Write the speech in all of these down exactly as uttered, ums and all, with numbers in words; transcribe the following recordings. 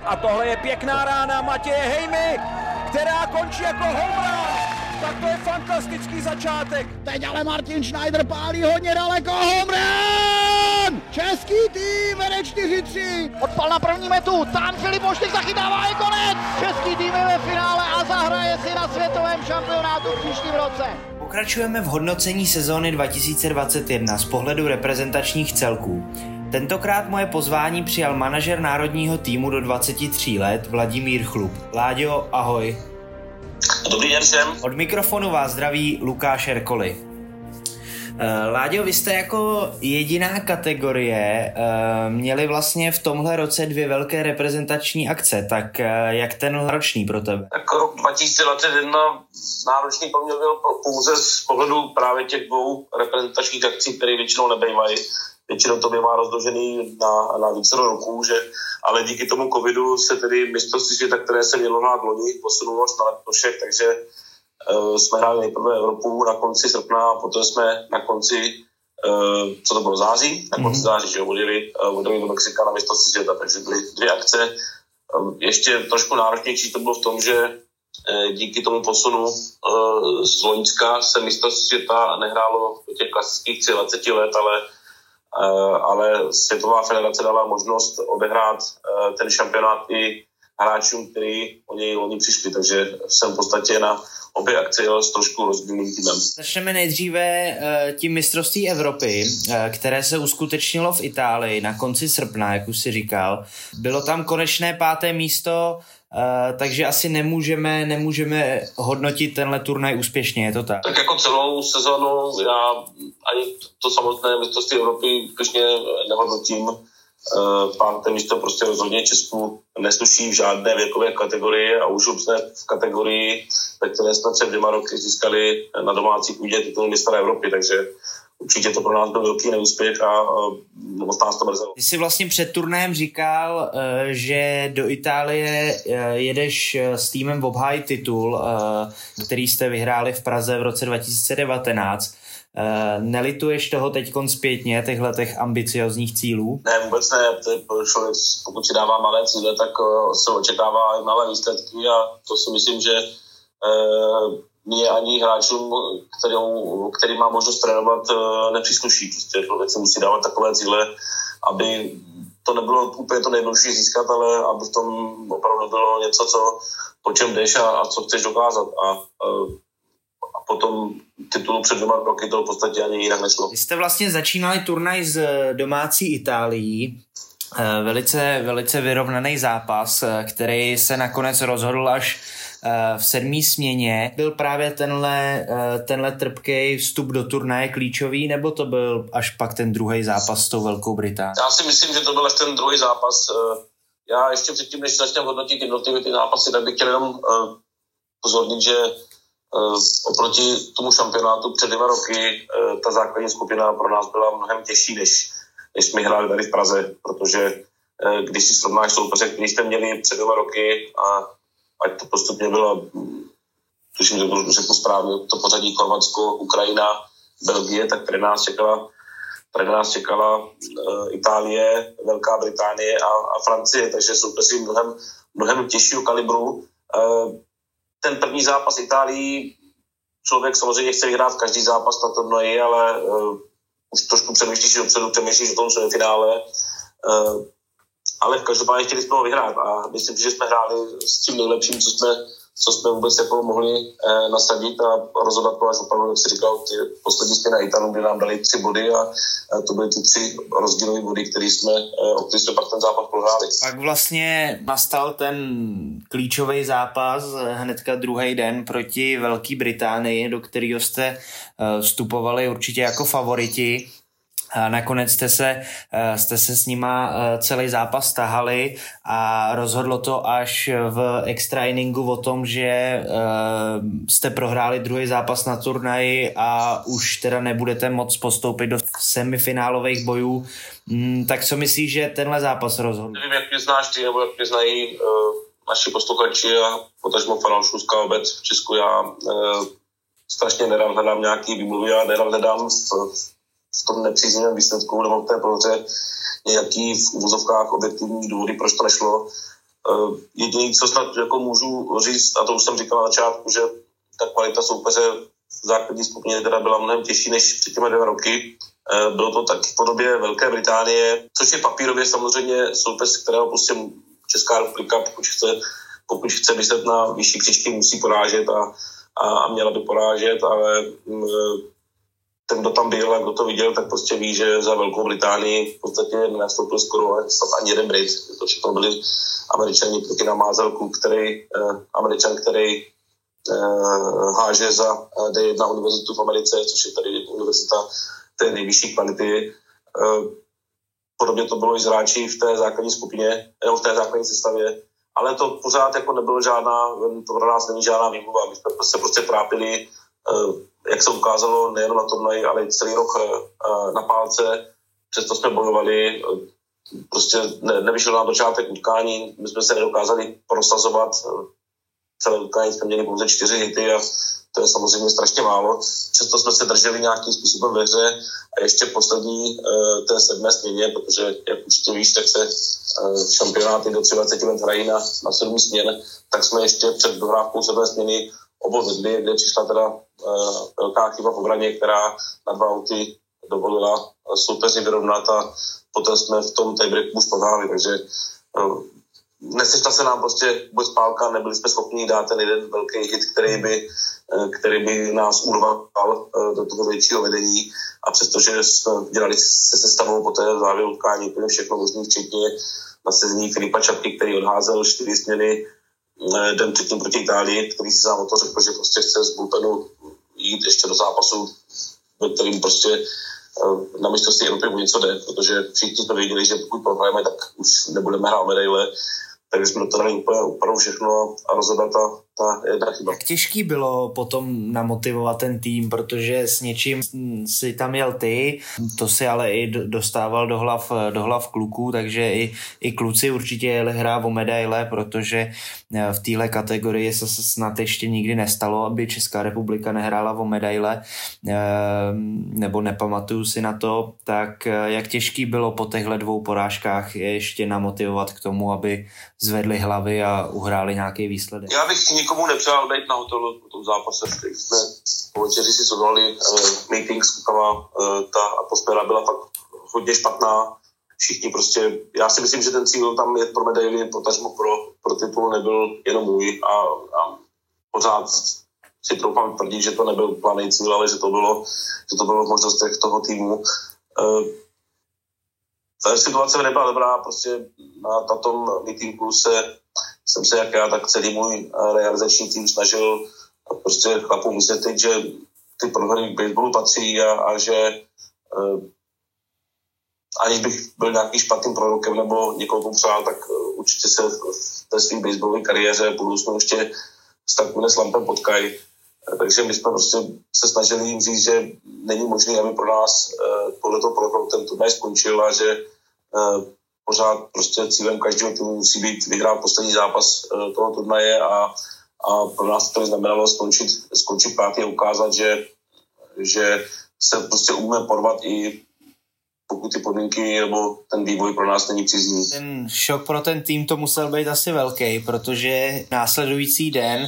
A tohle je pěkná rána Matěje Hejmy, která končí jako home run. Tak to je fantastický začátek. Teď ale Martin Schneider pálí hodně daleko. Home run! Český tým vede čtyři tři. Odpal na první metu, tam Filip Moštyk zachytává, je konec. Český tým je ve finále a zahraje si na světovém šampionátu v příštím roce. Pokračujeme v hodnocení sezóny dva tisíce dvacet jedna z pohledu reprezentačních celků. Tentokrát moje pozvání přijal manažer národního týmu do dvaceti tří let Vladimír Chlup. Láďo, ahoj. Dobrý den všem. Od mikrofonu vás zdraví Lukáš Erkoli. Láďo, vy jste jako jediná kategorie měli vlastně v tomhle roce dvě velké reprezentační akce, tak jak ten roční pro tebe? Tak rok dva tisíce dvacet jedna náročný pro mě byl pouze z pohledu právě těch dvou reprezentačních akcí, které většinou nebejvají. Většinou to bývá rozložený na, na více roků, že, ale díky tomu covidu se tedy mistrovství světa, které se mělo hrát loni, posunulo až na letošek, takže uh, jsme hráli nejprve Evropu na konci srpna a potom jsme na konci, uh, co to bylo, září, na konci mm-hmm. září, že jo, odjeli, uh, odjeli do Mexika na mistrovství světa, takže byly dvě akce. Um, ještě trošku náročnější to bylo v tom, že uh, díky tomu posunu uh, z Loňska se mistrovství světa nehrálo v těch klasických dvaceti let, ale Uh, ale Světová federace dala možnost odehrát uh, ten šampionát i hráčům, kteří o něj loni přišli, takže jsem v podstatě na obě akce jel s trošku rozdílným týmem. Začneme nejdříve uh, tím mistrovství Evropy, uh, které se uskutečnilo v Itálii na konci srpna, jak už si říkal. Bylo tam konečné páté místo, Uh, takže asi nemůžeme, nemůžeme hodnotit tenhle turnaj úspěšně, je to tak? Tak jako celou sezonu já ani to samotné mistrovství Evropy úspěšně nehodnotím. Uh, páté místo prostě rozhodně Česku nesluší v žádné věkové kategorii a už jsme v kategorii, ve které jsme před dvěma roky získali na domácí půdě titul mistra Evropy, takže určitě to pro nás byl velký neúspěch a moc nás to mrzelo. Ty jsi vlastně před turnajem říkal, že do Itálie jedeš s týmem v obháji titul, který jste vyhráli v Praze v roce dva tisíce devatenáct. Nelituješ toho teďkon zpětně, těchto těch ambiciozních cílů? Ne, vůbec ne. Člověk, pokud si dává malé cíle, tak se očekává i malé výsledky a to si myslím, že mě ani hráčům, kterou, který má možnost trénovat, nepřísluší. Prostě člověk si musí dávat takové cíle, aby to nebylo úplně to nejjednodušší získat, ale aby v tom opravdu bylo něco, co, po čem jdeš a, a co chceš dokázat. A, a potom titulu před dvěma roky to v podstatě ani jinak nešlo. Vy jste vlastně začínali turnaj z domácí Itálií. Velice, velice vyrovnaný zápas, který se nakonec rozhodl až v sedmý směně. Byl právě tenhle, tenhle trpkej vstup do turnaje klíčový, nebo to byl až pak ten druhý zápas s tou Velkou Británií? Já si myslím, že to byl až ten druhý zápas. Já ještě předtím, než začneme hodnotit jednotlivé ty zápasy, tak bych chtěl jenom pozornit, že oproti tomu šampionátu před dvěma roky ta základní skupina pro nás byla mnohem těžší, než, než jsme hráli tady v Praze, protože když si srovnáš soupeře, který jste měli před dvěma roky a ať to postupně bylo, tuším, že to řeknu správně, to pořadí Chorvatsko, Ukrajina, Belgie, tak tady nás čekala, tady nás čekala uh, Itálie, Velká Británie a, a Francie, takže soupeři mnohem, mnohem těžšího kalibru. Uh, ten první zápas Itálii, člověk samozřejmě chce vyhrát každý zápas na turnaji, ale uh, už trošku přemýšlíš dopředu, přemýšlíš o tom, co je finále. Uh, ale v každopádně chtěli jsme ho vyhrát a myslím, že jsme hráli s tím nejlepším, co jsme, co jsme vůbec jako mohli eh, nasadit a rozhodovat to až opravdu, jak jsi říkal, ty poslední směny na Italu, kde nám dali tři body a eh, to byly ty tři rozdílové body, které jsme, eh, o kterých jsme pak ten zápas prohráli. Pak vlastně nastal ten klíčový zápas hnedka druhý den proti Velké Británii, do kterého jste eh, vstupovali určitě jako favoriti. Nakonec jste se, jste se s nima celý zápas tahali a rozhodlo to až v extra inningu o tom, že jste prohráli druhý zápas na turnaji a už teda nebudete moc postoupit do semifinálových bojů. Tak co myslíš, že tenhle zápas rozhodl? Nevím, jak mě znáš ty, nebo jak mě znají uh, naši posluchači a potažmo fanouškovská obec v Česku. Já uh, strašně nerad hledám nějaký výmluvy, já nerad hledám v, v tom nepříznivém výsledku nebo v té prohře nějaký v uvozovkách objektivní důvody, proč to nešlo. Jediný, co snad jako můžu říct, a to už jsem říkal na začátku, že ta kvalita soupeře v základní skupině teda byla mnohem těžší než před těmi dva roky. Bylo to tak v podobě Velké Británie, což je papírově samozřejmě soupeř, kterého prostě Česká republika, pokud chce, pokud chce myslet na vyšší příčky, musí porážet a, a, a měla by porážet, ale ten, kdo tam byl a kdo to viděl, tak prostě ví, že za Velkou Británii v podstatě nenastoupil skoro ani jeden Brit. To všechno byli Američani proti namázelku, který, eh, Američan, který eh, háže za D jedna univerzitu v Americe, což je tady univerzita té nejvyšší kvality. Eh, podobně to bylo i z hráči v té základní skupině, nebo v té základní sestavě, ale to pořád jako nebylo žádná, to pro nás není žádná výmluva. My jsme se prostě trápili, eh, jak se ukázalo, nejen na turnaji, ale i celý rok eh, na pálce. Přesto jsme bojovali, prostě ne, nevyšel nám začátek utkání, my jsme se nedokázali prosazovat, celé utkání jsme měli pouze čtyři hity a to je samozřejmě strašně málo. Často jsme se drželi nějakým způsobem ve hře a ještě poslední té sedmé směně, protože jak určitě víš, tak se šampionáty do dvacet let hrají na, na sedm směn, tak jsme ještě před dohrávkou sedmé směny obovedli, kde přišla teda velká chyba v obraně, která na dva auty dovolila soupeři vyrovnat a poté jsme v tom tiebreaku už prohráli, takže uh, nesešla se nám prostě vůbec pálka, nebyli jsme schopni dát ten jeden velký hit, který by, uh, který by nás urval uh, do toho většího vedení a přestože jsme dělali se sestavou poté v závěru utkání úplně všechno možný, včetně nasazení Filipa Čapky, který odházel čtyři směny uh, den předtím proti Itálii, který si sám o to řekl, že prostě chce z bullpenu jít ještě do zápasu, ve kterým prostě na mistrovství Evropy o něco jde, protože všichni jsme věděli, že pokud prohrajeme, tak už nebudeme hrát medaile, takže jsme to dali úplně opravdu všechno a rozhodla ta, ta jedna chyba. Jak těžký bylo potom namotivovat ten tým, protože s něčím si tam jel ty, to si ale i dostával do hlav, do hlav kluků, takže i, i kluci určitě jeli hrát o medaile, protože v téhle kategorii se snad ještě nikdy nestalo, aby Česká republika nehrála o medaile, nebo nepamatuju si na to, tak jak těžký bylo po těchto dvou porážkách ještě namotivovat k tomu, aby zvedli hlavy a uhráli nějaký výsledek? Já bych nikomu nepřál odejít na hotelu po tom zápase. Teď jsme po večeři si shodovali uh, meeting s klukama, uh, ta atmosféra byla fakt hodně špatná. Všichni prostě, já si myslím, že ten cíl tam je pro medaily, potažmo pro, pro titul nebyl jenom můj a, a pořád si troufám tvrdit, že to nebyl planý cíl, ale že to bylo, že to bylo v možnostech toho týmu. Uh, Ta situace nebyla dobrá, prostě na, na tom meetingu se, jsem se jak já, tak celý můj realizační tým snažil prostě chlapům vysvětlit, že ty prohry k baseballu patří a, a že uh, aniž bych byl nějaký špatným prorokem nebo někoho popřál, tak uh, určitě se v té své baseballové kariéře v budoucnu ještě s takovým slampem potkají. Takže my jsme prostě se snažili jim říct, že není možné, aby pro nás uh, podle toho prohru ten turnaj skončil a že uh, pořád prostě cílem každého týmu musí být vyhrát poslední zápas uh, toho turnaje a, a pro nás to znamenalo skončit, skončit pátý a ukázat, že, že se prostě umíme porvat i pokud ty podmínky nebo ten vývoj pro nás není příznivý. Ten šok pro ten tým to musel být asi velký, protože následující den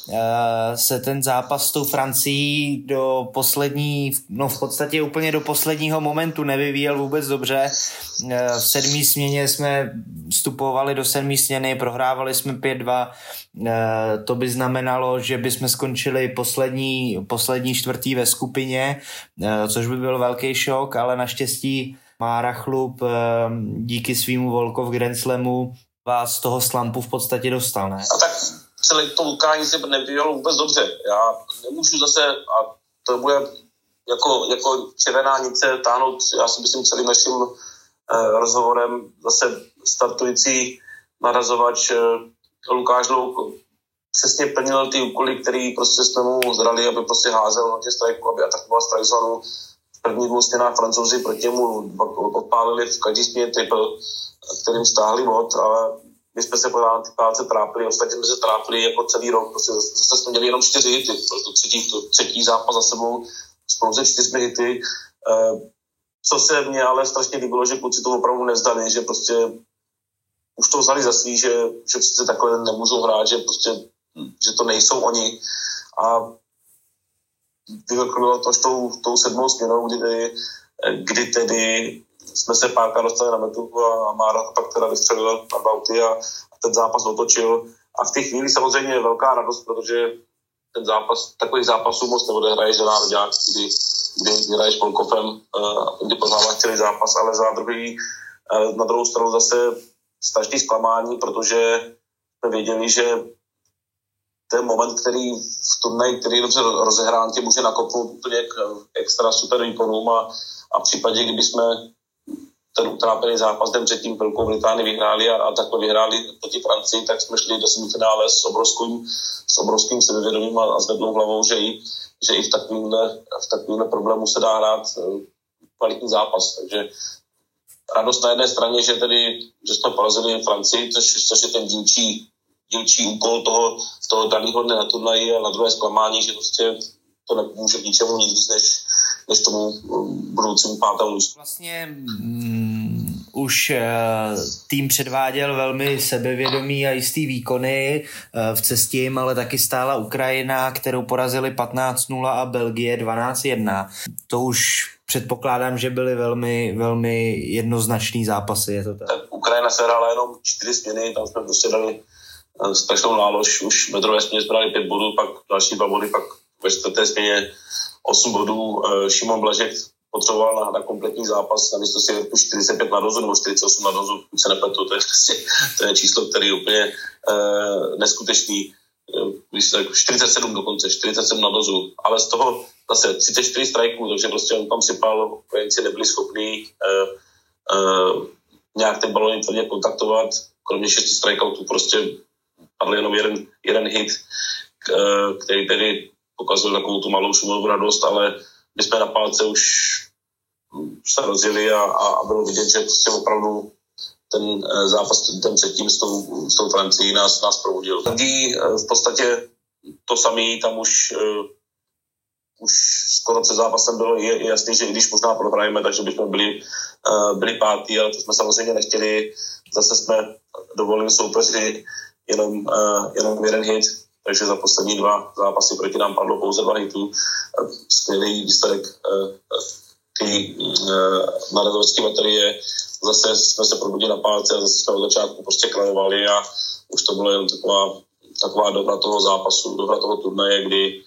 se ten zápas s tou Francií do poslední, no v podstatě úplně do posledního momentu nevyvíjel vůbec dobře. V sedmý směně jsme vstupovali do sedmý směny, prohrávali jsme pět dva. To by znamenalo, že bychom skončili poslední, poslední čtvrtý ve skupině, což by byl velký šok, ale naštěstí Mára Chlup díky svýmu Volkov Grand Slamu vás z toho slampu v podstatě dostal, ne? A tak celé to utkání se nevyvíjelo vůbec dobře. Já nemůžu zase, a to bude jako, jako červená nice táhnout, já si myslím celým naším eh, rozhovorem zase startující narazovač eh, Lukáš Louk přesně plnil ty úkoly, který prostě jsme mu zrali, aby prostě házel hodně strajku, aby atakoval strike zónu. V první dvou stěnách Francouzi proti němu odpálili v každý směně triple, kterým stáhli bod, ale my jsme se pořád na ty pálce trápili, ostatně jsme se trápili jako celý rok, prostě zase jsme měli jenom čtyři hity, prostě třetí, to, třetí zápas za sebou s pouze čtyřmi hity. E, co se mně ale strašně líbilo, že kluci to opravdu nevzdali, že prostě už to vzali za svý, že, že přece takhle nemůžou hrát, že prostě, že to nejsou oni. A vyvrcholilo to až tou, tou sedmou směnou, kdy tedy, kdy tedy jsme se párkrát dostali na metu a Mára pak teda vystřelil na bauty a, a ten zápas otočil. A v té chvíli samozřejmě je velká radost, protože ten zápas, takových zápasů moc neodehraješ za národák, kdy, kdy hraješ Volkofem, kdy poznáváš celý zápas, ale za druhý, na druhou stranu zase strašný zklamání, protože jsme věděli, že ten moment, který v turnaji, který je dobře rozehrán, tě může nakopnout úplně k extra super výkonům a, a v případě, kdyby jsme ten utrápený zápas den předtím Velkou Británii vyhráli a, a takhle vyhráli proti Francii, tak jsme šli do semifinále s obrovským, s obrovským sebevědomím a, a zvednou hlavou, že i, že i v takovýmhle, v takovýmhle problému se dá hrát kvalitní zápas. Takže radost na jedné straně, že tedy, že jsme porazili Francii, což, což je ten dílčí, dílčí úkol toho, toho daného dne na turnaji, a na druhé zklamání, že prostě to nepomůže k ničemu nic, než, než tomu budoucímu pátému místu. Vlastně mm, už uh, tým předváděl velmi sebevědomý a jistý výkony uh, v cestě jim, ale taky stála Ukrajina, kterou porazili patnáct nula a Belgie dvanáct jedna. To už předpokládám, že byly velmi, velmi jednoznačný zápasy, je to tak? Tak Ukrajina se hrála jenom čtyři směny, tam jsme prostě dali strašnou nálož, už ve druhé směně zbrali pět bodů, pak další dva body, pak ve čtvrté směně osm bodů. Šimon Blažek potřeboval na, na kompletní zápas, na místo si čtyřicet pět na dozu nebo čtyřicet osm na dozu, když se nepletu, to je, to je číslo, který je úplně uh, neskutečný. čtyřicet sedm dokonce, čtyřicet sedm na dozu, ale z toho zase třicet čtyři strajků, takže prostě on tam sypal, Ukrajinci nebyli schopní uh, uh, nějak ten balon tvrdě kontaktovat, kromě šesti strikeoutů prostě padl jenom jeden, jeden hit, který tedy pokazil takovou tu malou šumovou radost, ale my jsme na palce už se rozjeli a, a bylo vidět, že prostě opravdu ten zápas ten předtím s tou, s tou Francií nás, nás provodil. Tady v podstatě to samé, tam už, už skoro před zápasem bylo je, je jasný, že i když možná prohrajeme, takže bychom byli, byli pátý, ale to jsme samozřejmě nechtěli. Zase jsme dovolili soupeři jenom, jenom jeden hit, takže za poslední dva zápasy proti nám padlo pouze dva hitů. Skvělý výsledek ty nadazovací baterie. Zase jsme se probudili na pálce a zase jsme od začátku prostě krajovali a už to bylo jen taková, taková dohra toho zápasu, dohra toho turnaje, kdy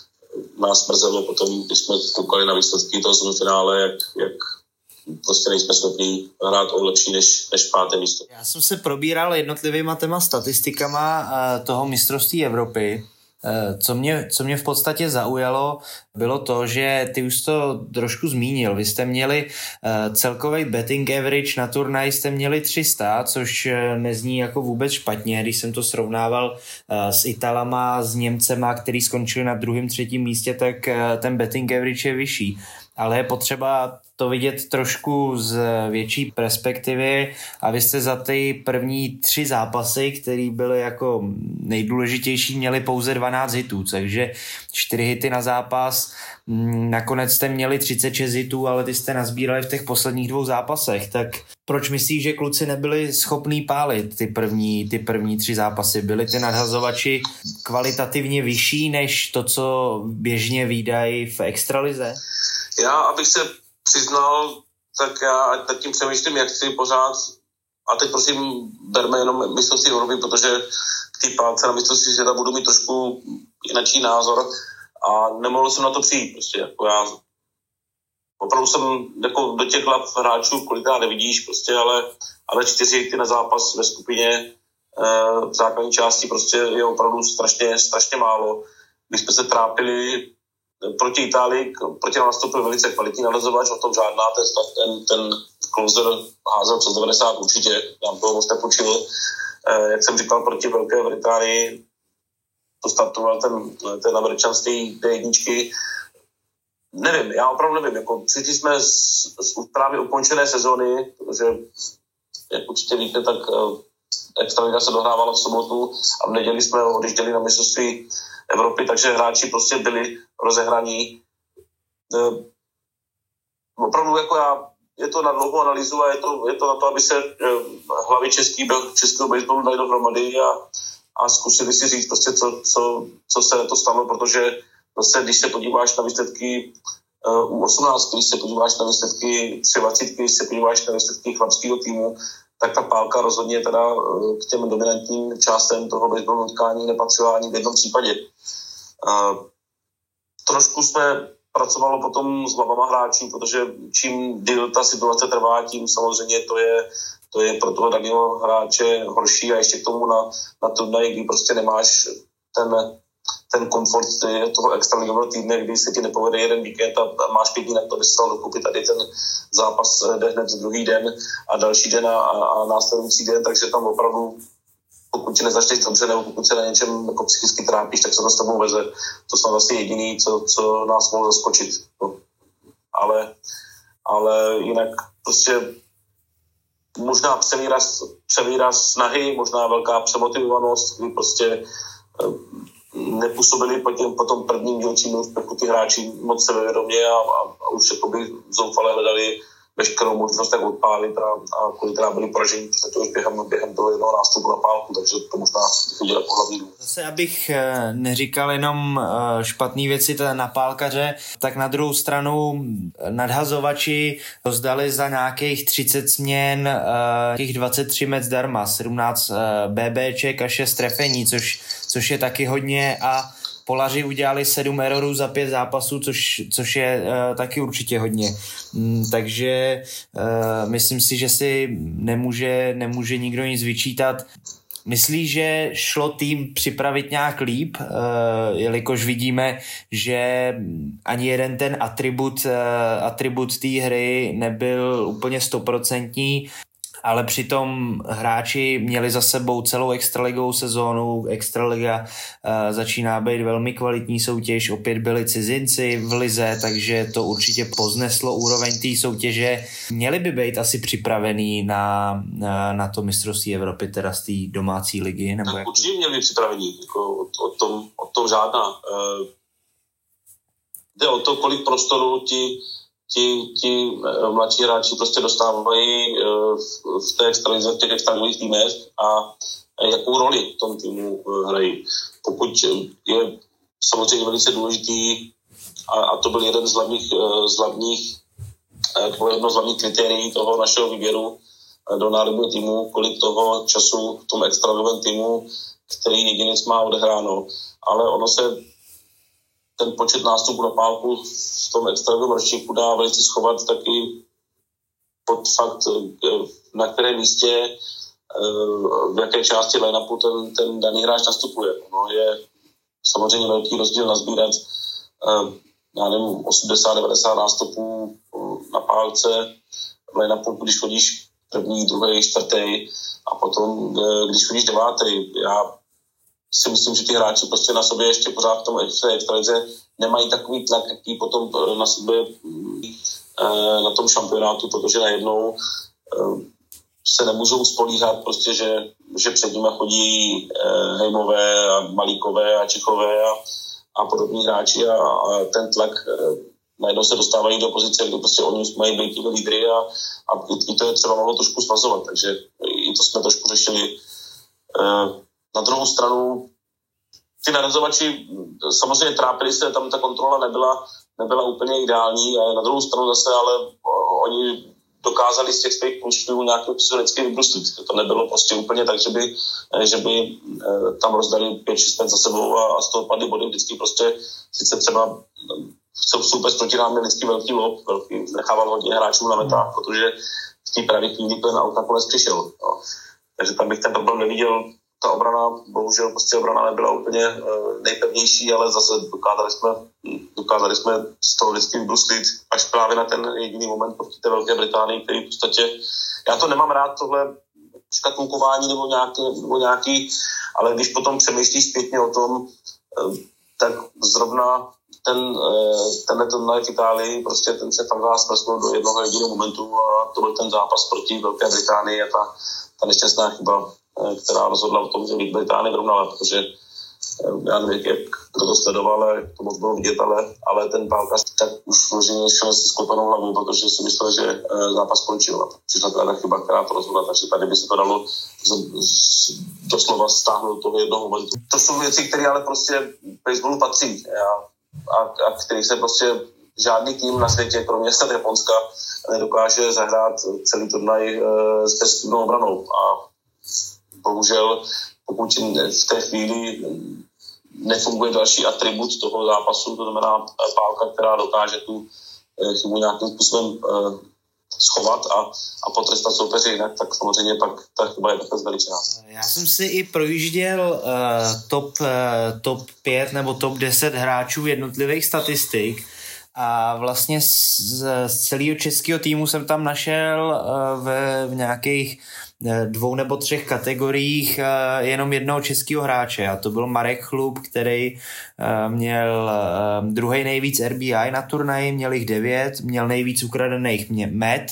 nás mrzelo potom, když jsme koukali na výsledky toho semifinále, jak, jak prostě nejsme schopni hrát o lepší než, než páté místo. Já jsem se probíral jednotlivýma téma statistikama toho mistrovství Evropy. Co mě, co mě v podstatě zaujalo, bylo to, že ty už to trošku zmínil. Vy jste měli celkový betting average na turnaj, jste měli tři sta, což nezní jako vůbec špatně, když jsem to srovnával s Italama, s Němcema, který skončili na druhém, třetím místě, tak ten betting average je vyšší. Ale je potřeba to vidět trošku z větší perspektivy a vy jste za ty první tři zápasy, které byly jako nejdůležitější, měli pouze dvanáct hitů, takže čtyři hity na zápas. Nakonec jste měli třicet šest hitů, ale ty jste nazbírali v těch posledních dvou zápasech, tak proč myslíš, že kluci nebyli schopní pálit ty první, ty první tři zápasy? Byli ty nadhazovači kvalitativně vyšší než to, co běžně vídají v extralize? Já, abych se přiznal, tak já nad tím přemýšlím, jak si pořád, a teď prosím, berme jenom mistrovství Evropy, protože k té pálce na mistrovství světa budu mít trošku jinačí názor a nemohl jsem na to přijít. Prostě, jako já opravdu jsem jako do těch hlav hráčů kolikrát nevidíš, prostě, ale, ale čtyři ty na zápas ve skupině v základní části prostě je opravdu strašně, strašně málo. Když jsme se trápili proti Itálii, proti nám nastoupil velice kvalitní nadazovač, o tom žádná, ten, ten, ten closer házel přes devadesát určitě, nám toho moc nepočil. Eh, jak jsem říkal, proti Velké Británii to startoval ten, ten Američan z té jedničky. Nevím, já opravdu nevím, jako přišli jsme z, z právě ukončené sezóny, protože jak určitě víte, tak eh, extraliga se dohrávala v sobotu a v neděli jsme odjížděli na mistrovství Evropy, takže hráči prostě byli rozehraní. E, opravdu jako já je to na dlouhou analýzu a je to, je to na to, aby se hlavy český, českého baseballu dali dohromady a, a zkusili si říct prostě, co, co, co se to stalo, protože zase, když se podíváš na výsledky U osmnáct, když se podíváš na výsledky dvacet, když se podíváš na výsledky chlapského týmu, tak ta pálka rozhodně teda k těm dominantním částem toho baseballového utkání nepatřila ani v jednom případě. Trošku jsme pracovalo potom s hlavama hráčů, protože čím díl ta situace trvá, tím samozřejmě to je, to je pro toho daného hráče horší a ještě k tomu na, na turnaji, kdy prostě nemáš ten, ten komfort toho extraligového týdne, kdy se ti nepovede jeden víkend a máš pět dní na to, aby se dal dokupit. Tady ten zápas jde hned druhý den a další den a, a následující den, takže tam opravdu pokud ti nezačneš dobře nebo pokud se na něčem jako psychicky trápíš, tak se to s tebou veze. To jsou vlastně jediný, co, co nás mohlo zaskočit. No. Ale, ale jinak prostě možná přemíra, přemíra snahy, možná velká přemotivovanost, kdy prostě nepůsobili po, těm, po tom prvním dílčím úspěchu ty hráči moc sebevědomě a, a, a už jakoby zoufale hledali veškerou možnost, jak odpálit a, a kolikrát byli poražení to už během, během toho jednoho nástupu na pálku, takže to možná udělá po hlavní. Zase, abych neříkal jenom špatný věci na pálkaře, tak na druhou stranu nadhazovači rozdali za nějakých třicet směn těch dvacet tři met zdarma, sedmnáct BBček a šest trefení, což, což je taky hodně a Polaři udělali sedm errorů za pět zápasů, což, což je uh, taky určitě hodně. Mm, takže uh, myslím si, že si nemůže, nemůže nikdo nic vyčítat. Myslíš, že šlo tým připravit nějak líp, uh, jelikož vidíme, že ani jeden ten atribut, uh, atribut té hry nebyl úplně stoprocentní, ale přitom hráči měli za sebou celou extraligovou sezónu, extraliga uh, začíná být velmi kvalitní soutěž, opět byli cizinci v lize, takže to určitě pozneslo úroveň té soutěže. Měli by být asi připravený na, na, na to mistrovství Evropy, teda z té domácí ligy? Nebo tak jak? Určitě měli být připravení, jako o, o, tom, o tom žádná. Uh, jde o to, kolik prostoru ti ti, ti mladší hráči prostě dostávají v, v té extralize, v těch extraligových týmech a jakou roli v tom týmu hrají. Pokud je samozřejmě velice důležitý a, a to byl jeden z hlavních, z hlavních to bylo jedno z hlavních kritérií toho našeho výběru do národního týmu, kolik toho času v tom extraligovém týmu, který jedinec má odehráno. Ale ono se ten počet nástupů na pálku v tom extraligovém ročníku dá velice schovat taky pod fakt, na kterém místě, v jaké části line-upu ten, ten daný hráč nastupuje. No, je samozřejmě velký rozdíl nazbírat já nevím, osmdesát devadesát nástupů na pálce v line-upu, když chodíš první, druhý, čtvrtý a potom, když chodíš devátý. Já si myslím, že ty hráči prostě na sobě ještě pořád v tom extralize nemají takový tlak, jaký potom na sobě na tom šampionátu, protože najednou se nemůžou spolíhat prostě, že, že před nimi chodí Hejmové a Malíkové a Čechové a, a podobní hráči a, a ten tlak najednou se dostávají do pozice, kdy prostě oni mají být tyhle lídry a, a i, i to je třeba mohlo trošku svazovat, takže i to jsme trošku řešili. Na druhou stranu ty narazovači samozřejmě trápili se, tam ta kontrola nebyla, nebyla úplně ideální a na druhou stranu zase, ale oni dokázali z těch svých počtů nějakou psychologicky vybruslit. To nebylo prostě úplně tak, že by, že by tam rozdali pět šest let za sebou a, a z toho padly body vždycky prostě sice třeba soupeř proti nám je vždycky velký lob, velký, nechával hodně hráčů na metách, protože v té právě chvíli ten aut nakonec přišel. No. Takže tam bych ten problém neviděl. Ta obrana, bohužel prostě obrana nebyla úplně uh, nejpevnější, ale zase dokázali jsme, dokázali jsme z toho vždycky vybruslit až právě na ten jediný moment proti té Velké Británii, který v podstatě, já to nemám rád tohle škatulkování nebo nějaký, nebo nějaký, ale když potom přemýšlíš zpětně o tom, uh, tak zrovna ten, uh, tenhle turnaj v Itálii, prostě ten se fakt vás smrsknul do jednoho jediného momentu a to byl ten zápas proti Velké Británii a ta, ta nešťastná chyba, která rozhodla o tom, že Británie vyrovnala, protože Já nevím, jak kdo to sledoval, ale to moc bylo vidět, ale, ale ten Pálka tak už možná šel se sklopenou hlavou, protože si myslel, že zápas skončil. A přišla teda ta chyba, která to rozhodla, takže tady by se to dalo z, z, doslova stáhnout toho jednoho momentu. To jsou věci, které ale prostě baseballu patří a, a, a který se prostě žádný tým na světě, kromě snad Japonska, nedokáže zahrát celý turnaj s bezchybnou obranou. A bohužel, pokud v té chvíli nefunguje další atribut toho zápasu, to znamená Pálka, která dokáže tu chybu nějakým způsobem schovat a, a potrestat soupeře jinak, tak samozřejmě pak ta chyba je takhle zveličená. Já jsem si i projížděl uh, top, uh, top pět nebo top deset hráčů jednotlivých statistik a vlastně z, z celého českého týmu jsem tam našel uh, v, v nějakých dvou nebo třech kategoriích jenom jednoho českého hráče a to byl Marek Chlup, který měl druhý nejvíc R B I na turnaji, měl jich devět, měl nejvíc ukradených met,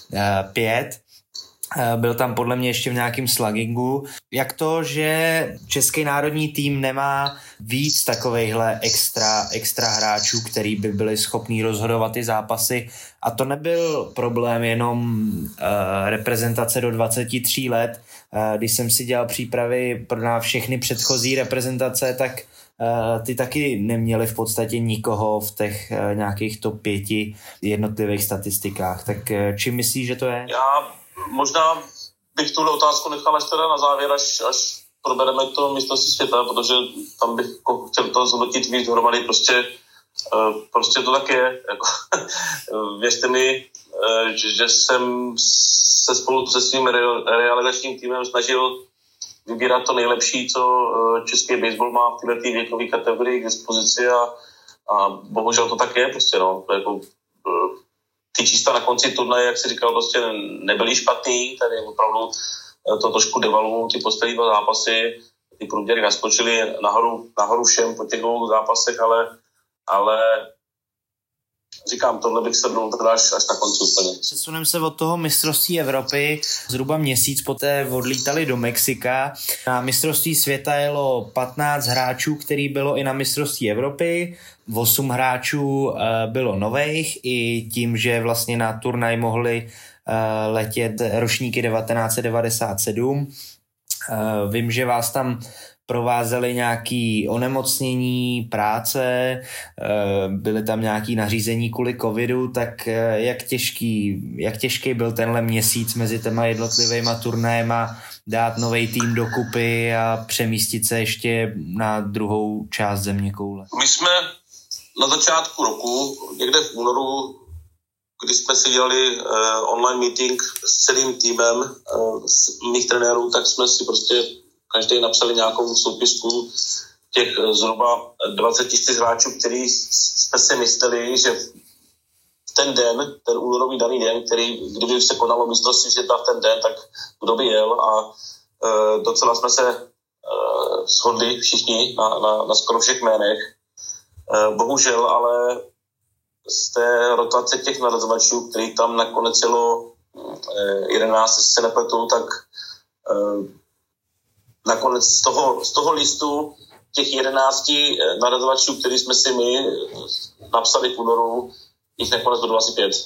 pět. Byl tam podle mě ještě v nějakém sluggingu. Jak to, že český národní tým nemá víc takovejhle extra, extra hráčů, který by byli schopní rozhodovat ty zápasy. A to nebyl problém jenom uh, reprezentace do dvacet tři let. Uh, když jsem si dělal přípravy pro všechny předchozí reprezentace, tak uh, ty taky neměli v podstatě nikoho v těch uh, nějakých top pěti jednotlivých statistikách. Tak uh, čím myslíš, že to je? Já možná bych tuhle otázku nechal až teda na závěr, až, až probereme to mistrovství světa, protože tam bych chtěl to zhodnotit víc dohromady, prostě, prostě to tak je. Jako, věřte mi, že, že jsem se spolu se svým realizačním týmem snažil vybírat to nejlepší, co český baseball má v této věkové kategorii k dispozici a, a bohužel to tak je, prostě no, jako, ty čísla na konci turnaje, jak si říkal, prostě nebyly špatný, tady opravdu to trošku devalují ty poslední dva zápasy, ty průměry naskočily nahoru, nahoru všem po těch dvou zápasech, ale, ale říkám, tohle bych se mnou teda až, až na konci úplně. Přesunem se od toho mistrovství Evropy, zhruba měsíc poté odlítali do Mexika. Na mistrovství světa jelo patnáct hráčů, který bylo i na mistrovství Evropy. osm hráčů bylo nových i tím, že vlastně na turnaj mohli letět ročníky devatenáct set devadesát sedm. Vím, že vás tam provázely nějaké onemocnění, práce, byly tam nějaké nařízení kvůli covidu, tak jak těžký, jak těžký byl tenhle měsíc mezi těma jednotlivýma turnajema dát nový tým dokupy a přemístit se ještě na druhou část zeměkoule? My jsme na začátku roku, někde v únoru, kdy jsme si dělali uh, online meeting s celým týmem uh, s mých trenérů, tak jsme si prostě každý napsali nějakou soupisku těch uh, zhruba dvacet čtyři hráčů, který jsme si mysleli, že ten den, ten únorový daný den, který, kdyby se konalo mistrovství světa v ten den, tak kdo by jel a uh, docela jsme se uh, shodli všichni na, na, na skoro všech jménech. Uh, bohužel, ale z té rotace těch narazovačů, který tam nakonec jelo jedenáct, jestli se nepletu, tak uh, nakonec z toho, z toho listu těch jedenácti narazovačů, který jsme si my napsali v únoru, jich nakonec bylo asi pět.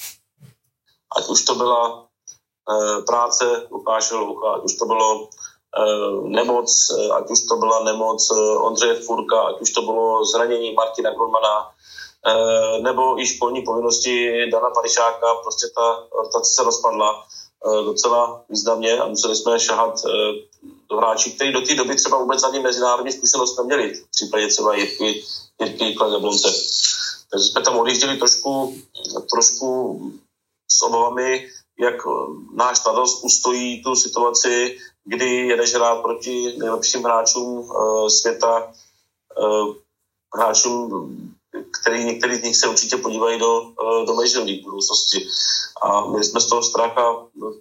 Ať už to byla uh, práce Lukáše Lucha, ať už to bylo uh, nemoc, ať už to byla nemoc uh, Ondřeje Furka, ať už to bylo zranění Martina Golmana, uh, nebo i školní povinnosti Dana Parišáka, prostě ta rotace se rozpadla uh, docela významně a museli jsme šahat uh, do hráčí, kteří do té doby třeba vůbec ani mezinárodní zkušenost neměli, v případě třeba Jirky, Jirky Klegablonce. Takže jsme tam odjížděli trošku, trošku s obavami, jak náš Nados ustojí tu situaci, kdy jedeš hrát proti nejlepším hráčům uh, světa, uh, hráčům, který některý z nich se určitě podívají do, uh, do Major League budoucnosti. A my jsme z toho strach a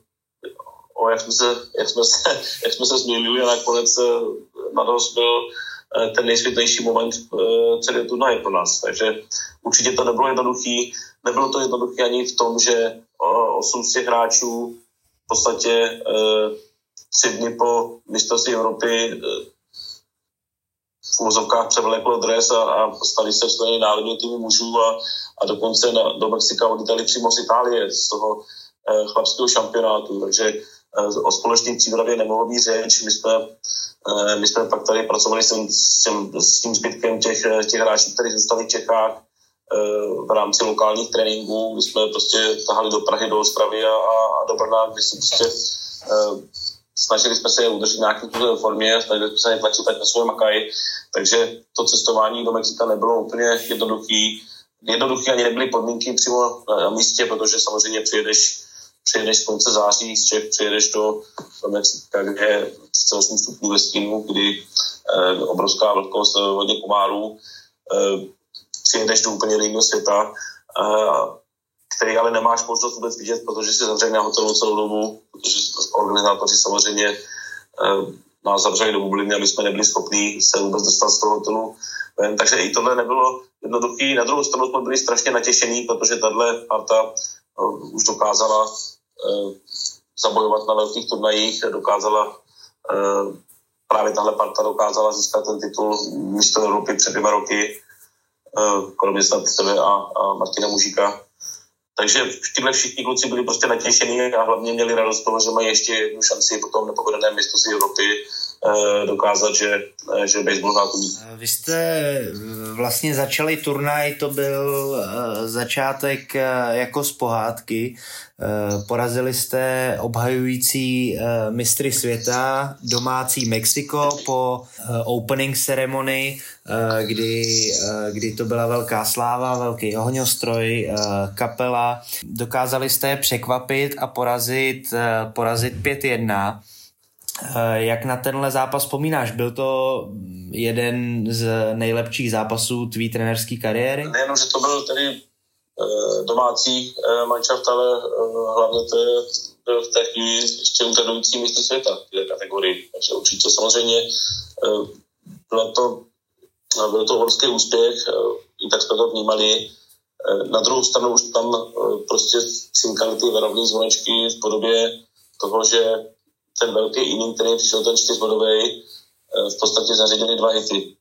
o jak jsme se, jak jsme se, jak jsme se změnili a nakonec uh, Nados byl ten nejsvětlejší moment celé turnaje pro nás. Takže určitě to nebylo jednoduchý. Nebylo to jednoduché ani v tom, že osm z těch hráčů v podstatě tři dny po mistrovství Evropy v úvozovkách převléklo dres a, a stali se členy národního týmu mužů a, a dokonce na, do Mexika odjeli přímo z Itálie, z toho eh, chlapského šampionátu, takže eh, o společné přípravě nemohlo být řeč. My jsme, eh, my jsme pak tady pracovali s, s, tím, s tím zbytkem těch, těch hráčů, kteří zůstali v Čechách v rámci lokálních tréninků, kdy jsme prostě tahali do Prahy, do Ostravy a, a do Brna, kdy se prostě uh, snažili jsme se je udržet nějaký formě, snažili jsme se je tlačit tak na svůj makaj, takže to cestování do Mexika nebylo úplně jednoduchý. Jednoduchý ani nebyly podmínky přímo na, na místě, protože samozřejmě přijedeš, přijedeš z konce září z Čech, přijedeš do, do Mexika, kde je třicet osm stupňů ve stínu, kdy uh, obrovská vlhkost, hodně komárů, uh, přijedeš do úplně jiného světa, který ale nemáš možnost vůbec vidět, protože si zavřeli na hotelu celou dobu, protože organizátoři samozřejmě nás zavřeli do bubliny a my jsme nebyli schopni se vůbec dostat z toho hotelu. Takže i tohle nebylo jednoduché. Na druhou stranu jsme byli strašně natěšení, protože tahle parta už dokázala zabojovat na velkých turnajích, dokázala právě tahle parta dokázala získat ten titul mistr Evropy před dvěma roky, kromě snad tebe a, a Martina Mužíka. Takže tyhle všichni kluci byli prostě natěšení a hlavně měli radost z toho, že mají ještě jednu šanci po tom nepovedeném mistrovství Evropy eh, dokázat, že, eh, že baseball hrát umí. Vy jste vlastně začali turnaj, to byl eh, začátek eh, jako z pohádky. Eh, porazili jste obhajující eh, mistry světa, domácí Mexiko po eh, opening ceremony, eh, kdy, eh, kdy to byla velká sláva, velký ohňostroj, eh, kapela. Dokázali jste je překvapit a porazit, eh, porazit pět jedna. Jak na tenhle zápas vzpomínáš? Byl to jeden z nejlepších zápasů tvý trenérské kariéry? Nejenom, že to byl tedy e, domácí e, manšaft, ale e, hlavně to byl v té chvíli ještě úřadující mistr světa v té kategorii. Takže určitě samozřejmě e, bylo to, byl to horský úspěch, e, i tak jsme to vnímali. E, na druhou stranu už tam e, prostě cinkali ty varovné zvonečky v podobě toho, že ten velký inning, který přišel ten čtyřbodovej, v podstatě zařídili dva hity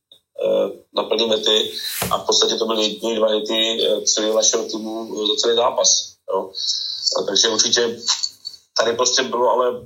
na plný mety a v podstatě to byly jedny dva hity celého našeho týmu za celý zápas. Jo. Takže určitě tady prostě bylo, ale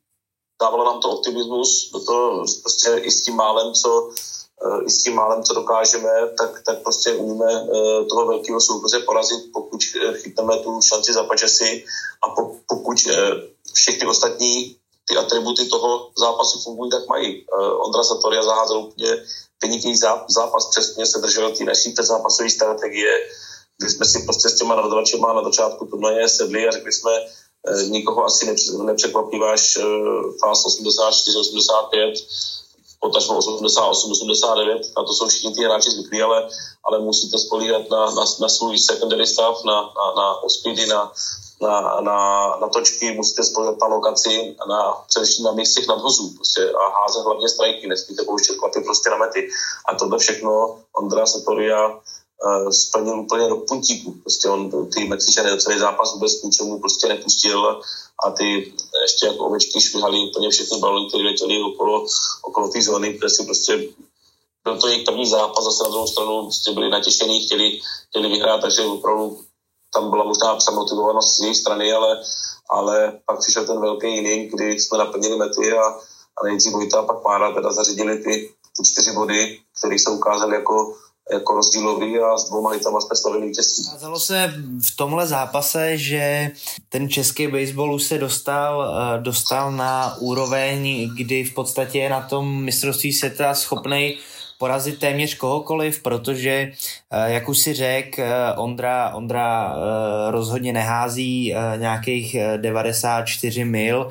dávalo nám to optimismus, do toho prostě i s tím málem, co, i s tím málem, co dokážeme, tak, tak prostě umíme toho velkého soupeře porazit, pokud chytneme tu šanci za pačasy a pokud všechny ostatní ty atributy toho zápasu fungují, tak mají. Ondra Satoria zaházel úplně vyniký zápas, přesně se držel ty naší předzápasové strategie, kdy jsme si prostě s těma nadovačema na začátku turnaje sedli a řekli jsme, nikoho asi nepřekvapíváš fáz osmdesát čtyři osmdesát pět, potažmo osmdesát osm osmdesát devět, na to jsou všichni ty hráči zvyklí, ale, ale musíte spolíhat na, na, na svůj secondary stav, na, na, na ospídy, na Na, na, na točky, musíte spojit na lokaci, na, především na místech nadhozů prostě, a házet hlavně strajky, nesmíte pouštět klapy prostě na mety. A tohle všechno Ondra Satoria uh, splnil úplně do puntíku. Prostě on ty Mexičany celý zápas vůbec k ničemu prostě nepustil a ty ještě jako ovečky švihaly úplně všechny balony, které letěly okolo, okolo té zóny, kde si prostě byl to jejich první zápas, zase na druhou stranu prostě byli natěšení, chtěli, chtěli vyhrát, takže opravdu tam byla možná přemotivovanost z její strany, ale, ale pak přišel ten velký inning, kdy jsme naplnili mety a, a nejdřív Vojta a pak Mára teda zařídili ty, ty čtyři body, které se ukázaly jako, jako rozdílový a s dvouma hitama jsme slavili vítězství. Ukázalo se v tomhle zápase, že ten český baseball už se dostal, dostal na úroveň, kdy v podstatě je na tom mistrovství světa schopnej porazit téměř kohokoliv, protože, jak už si řekl, Ondra, Ondra rozhodně nehází nějakých devadesát čtyři mil,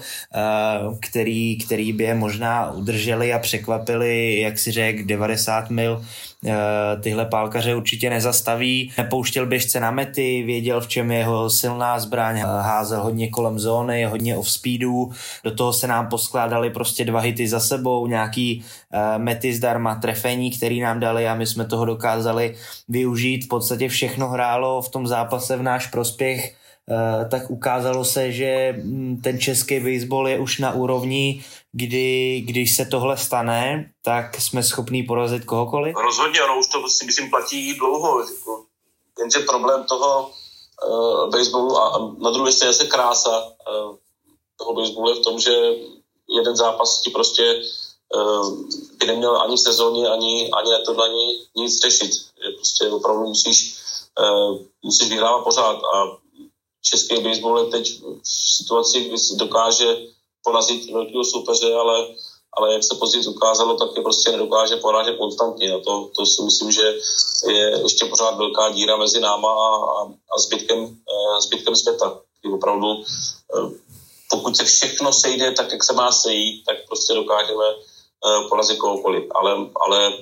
který, který by je možná udrželi a překvapili, jak si řekl, devadesát mil. Tyhle pálkaře určitě nezastaví. Nepouštěl běžce na mety, věděl, v čem je jeho silná zbraň, házel hodně kolem zóny, hodně off-speedů. Do toho se nám poskládali prostě dva hity za sebou, nějaký mety zdarma, trefení, který nám dali a my jsme toho dokázali využít. V podstatě všechno hrálo v tom zápase v náš prospěch. tak ukázalo se, že ten český baseball je už na úrovni, kdy, když se tohle stane, tak jsme schopní porazit kohokoliv? Rozhodně, ano, už to si myslím platí dlouho. Jenže problém toho uh, baseballu a, a na druhé straně se krása uh, toho baseballu je v tom, že jeden zápas ti prostě uh, by neměl ani v sezóně, ani, ani na to ani nic řešit. Že prostě opravdu musíš, uh, musíš vyhrávat pořád a český baseball je teď v situaci, kdy si dokáže porazit velkého soupeře, ale, ale jak se později ukázalo, tak je prostě nedokáže porážet konstantně. A to, to si myslím, že je ještě pořád velká díra mezi náma a, a, a zbytkem, eh, zbytkem světa. Kdy opravdu, eh, pokud se všechno sejde tak, jak se má sejít, tak prostě dokážeme eh, porazit kohokoliv. Ale, ale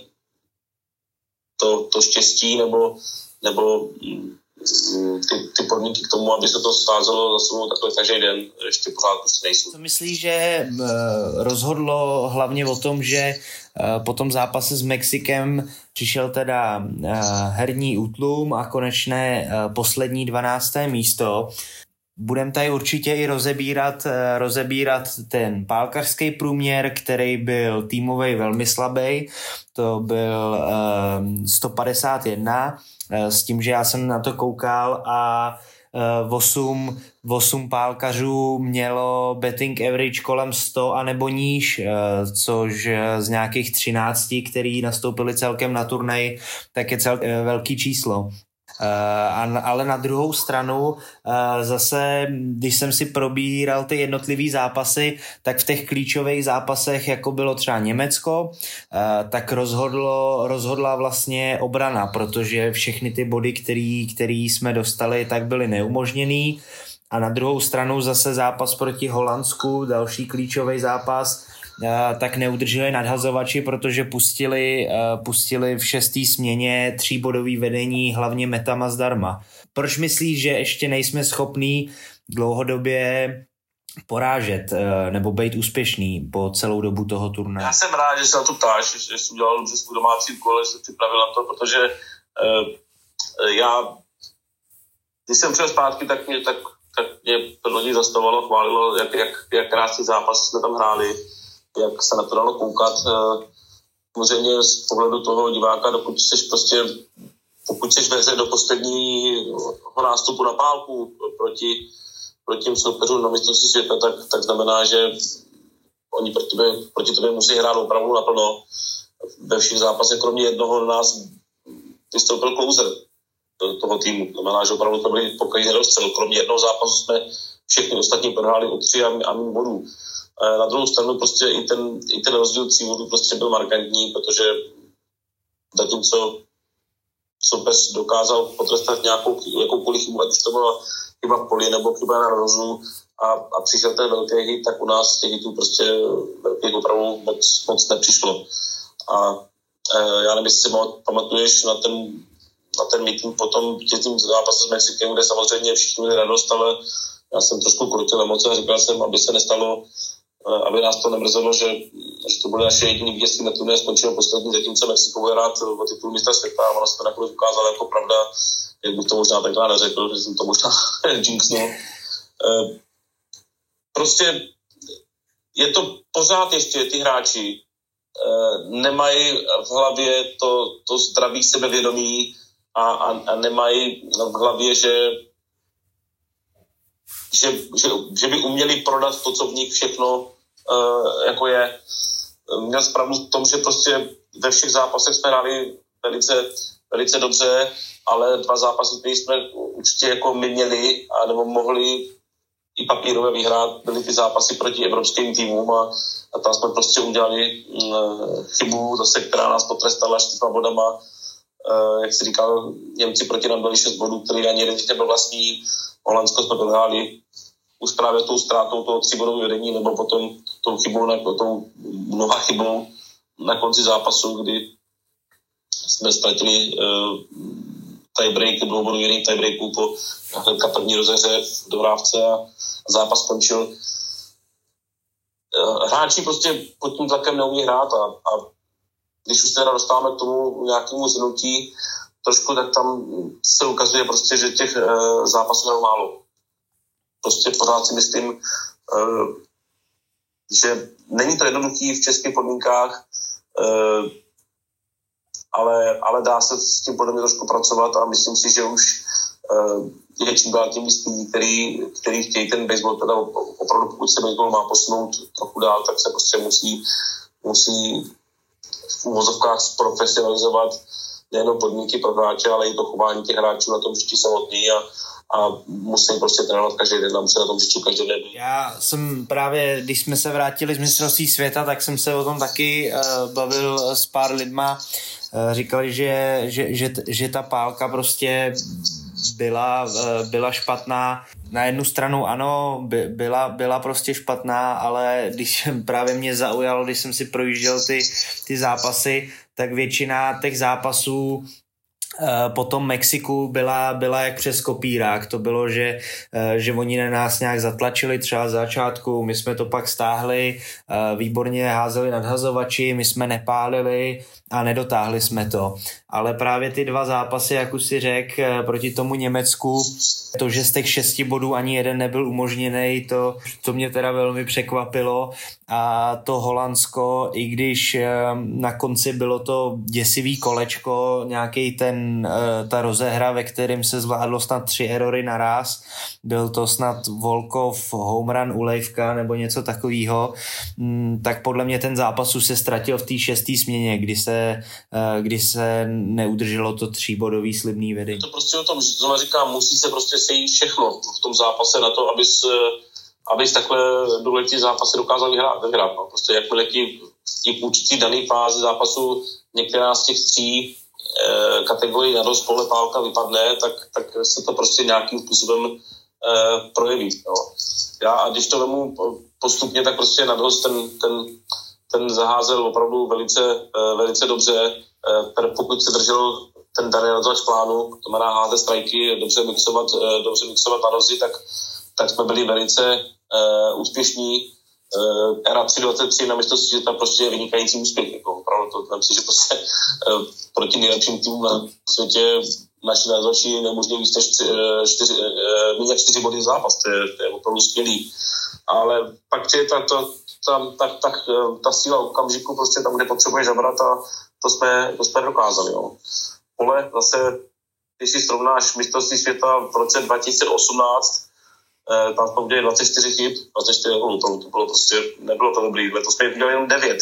to, to štěstí nebo, nebo Ty, ty podmínky k tomu, aby se to sázelo za sebou takhle každý den, ještě pořád prostě nejsou. Co myslíš, že rozhodlo hlavně o tom, že po tom zápase s Mexikem přišel teda herní útlum a konečné poslední dvanácté místo? Budeme tady určitě i rozebírat, rozebírat ten pálkařský průměr, který byl týmový velmi slabý. To byl sto padesát jedna, s tím, že já jsem na to koukal a osm, osm pálkařů mělo betting average kolem sto a nebo níž, což z nějakých třinácti, který nastoupili celkem na turnaj, tak je celkem velký číslo. Uh, ale na druhou stranu uh, zase, když jsem si probíral ty jednotlivý zápasy, tak v těch klíčových zápasech, jako bylo třeba Německo, uh, tak rozhodlo, rozhodla vlastně obrana, protože všechny ty body, který, který jsme dostali, tak byly neumožněný. A na druhou stranu zase zápas proti Holandsku, další klíčový zápas, tak neudrželi nadhazovači, protože pustili, pustili v šestý směně tříbodový vedení hlavně metama zdarma. Proč myslíš, že ještě nejsme schopní dlouhodobě porážet nebo být úspěšný po celou dobu toho turnaje? Já jsem rád, že se na to ptáš, že jsi udělal dobře svůj domácí úkol, že jsi připravil na to, protože uh, já, když jsem přijel zpátky, tak mě, tak, tak mě lidi zastavovalo, chválilo, jak, jak, jak krásný zápas jsme tam hráli, jak se na to dalo koukat. Samozřejmě z pohledu toho diváka, dokud seš prostě, pokud seš ve hře do posledního nástupu na pálku proti, proti těm soupeřům na mistrovství světa, tak, tak znamená, že oni proti tobě, proti tobě musí hrát opravdu naplno. Ve všech zápasech, kromě jednoho do nás vystoupil closer toho týmu. To znamená, že opravdu to byly pokojný nedostřel. Kromě jednoho zápasu jsme všechny ostatní prohráli o tři a, a mým bodů. Na druhou stranu prostě i ten, i ten rozdíl cílů prostě byl markantní, protože zatímco soupeř dokázal potrestat nějakou jakoukoliv chybu, ať už to byla chyba v poli nebo chyba na rozu a, a přišel ten velký hit, tak u nás těch hitů prostě velkých opravdu moc, moc nepřišlo. A e, já nevím, jestli si pamatuješ na ten, na ten meeting potom těm zápase s Mexikem, kde samozřejmě všichni měli radost, ale já jsem trošku krutil emoce a říkal jsem, aby se nestalo, aby nás to nemrzelo, že, že to bude naše jediný vítězství na turné, skončilo poslední, zatímco Mexiko bude hrát o titul mistra světa a ono se to nakonec ukázalo jako pravda, jak bych to možná takhle neřekl, že jsem to možná jinxnul. Prostě je to pořád ještě, ty hráči nemají v hlavě to, to zdraví sebevědomí a, a, a nemají v hlavě, že Že, že, že by uměli prodat to, co v nich všechno uh, jako je. Měl pravdu v tom, že prostě ve všech zápasech jsme hráli velice, velice dobře, ale dva zápasy, které jsme určitě jako my měli a nebo mohli i papírové vyhrát, byly ty zápasy proti evropským týmům a, a tam jsme prostě udělali uh, chybu zase, která nás potrestala čtyřma bodama. Uh, jak si říkal, Němci proti nám dali šest bodů, který ani jeden nebyl vlastní. Holandsko jsme dohráli už právě tou ztrátou toho tříbodového vedení nebo potom tou chybou, na, tou mnoha chybou na konci zápasu, kdy jsme ztratili uh, tiebreak, dvou bodů jiných tiebreaků po hnedka první rozehře v dohrávce a zápas skončil. Uh, hráči prostě pod tím tlakem neumí hrát a, a když už teda dostáváme k tomu nějakému zhrnutí trošku, tak tam se ukazuje prostě, že těch uh, zápasů je málo. prostě pořád si myslím, že není to jednoduchý v českých podmínkách, ale, ale dá se s tím podle mě trošku pracovat a myslím si, že už je čím dál tím víc lidí, který, který chtějí ten baseball, teda opravdu pokud se baseball má posunout trochu dál, tak se prostě musí, musí v úvozovkách zprofesionalizovat nejenom podmínky pro hráče, ale i to chování těch hráčů na tom hřišti samotný a, a musí prostě trénovat každý den a musí na tom hřišti každý den. Já jsem právě, když jsme se vrátili z mistrovství světa, tak jsem se o tom taky uh, bavil s pár lidma. Uh, říkali, že, že, že, že ta pálka prostě byla, uh, byla špatná. Na jednu stranu ano, by, byla, byla prostě špatná, ale když právě mě zaujalo, když jsem si projížděl ty, ty zápasy, tak většina těch zápasů po tom Mexiku byla, byla jak přes kopírák. To bylo, že, že oni na nás nějak zatlačili třeba z začátku, my jsme to pak stáhli, výborně házeli nadhazovači, my jsme nepálili a nedotáhli jsme to. Ale právě ty dva zápasy, jak už si řekl, proti tomu Německu, to, že z těch šesti bodů ani jeden nebyl umožněný, to, to mě teda velmi překvapilo. A to Holandsko, i když na konci bylo to děsivý kolečko, nějaký ten, ta rozehra, ve kterém se zvládlo snad tři erory naraz, byl to snad Volkov home run Ulejvka nebo něco takového, tak podle mě ten zápas už se ztratil v té šesté směně, kdy se, kdy se neudrželo to tříbodový slibný vedení. To prostě o tom, znamená říkám, musí se prostě sejít všechno v tom zápase na to, abys, abys takhle důležitý zápasy dokázal vyhrát. vyhrát no. Prostě jakmile ti v určitý daný fázi zápasu některá z těch tří eh, kategorií na dost pole pálka vypadne, tak, tak se to prostě nějakým způsobem eh, projeví. No. Já a když to vemu postupně, tak prostě na dost ten, ten, ten zaházel opravdu velice, eh, velice dobře. Eh, pokud se držel ten daný rozvač plánu, to znamená házet strajky, dobře mixovat, dobře mixovat narozy, tak, tak jsme byli velice uh, úspěšní. Uh, éra tři dvacet tři na mistrovství světa prostě je vynikající úspěch. Jako, opravdu to myslím, že prostě uh, proti nejlepším týmům na světě naši rozvači neumožňují víc než čtyři, uh, jak čtyři body v zápas. To je, to je opravdu skvělý. Ale pak je ta, ta, ta, ta, ta, ta síla okamžiku prostě tam, kde potřebuješ zabrat a to jsme, to jsme dokázali. Jo. Pole zase, když si srovnáš mistrovství světa v roce dva tisíce osmnáct, eh, tam jsme udělali dvacet čtyři chyb, dvacet čtyři gólů, to, to bylo prostě, nebylo to dobrý, letos jsme udělali jenom devět.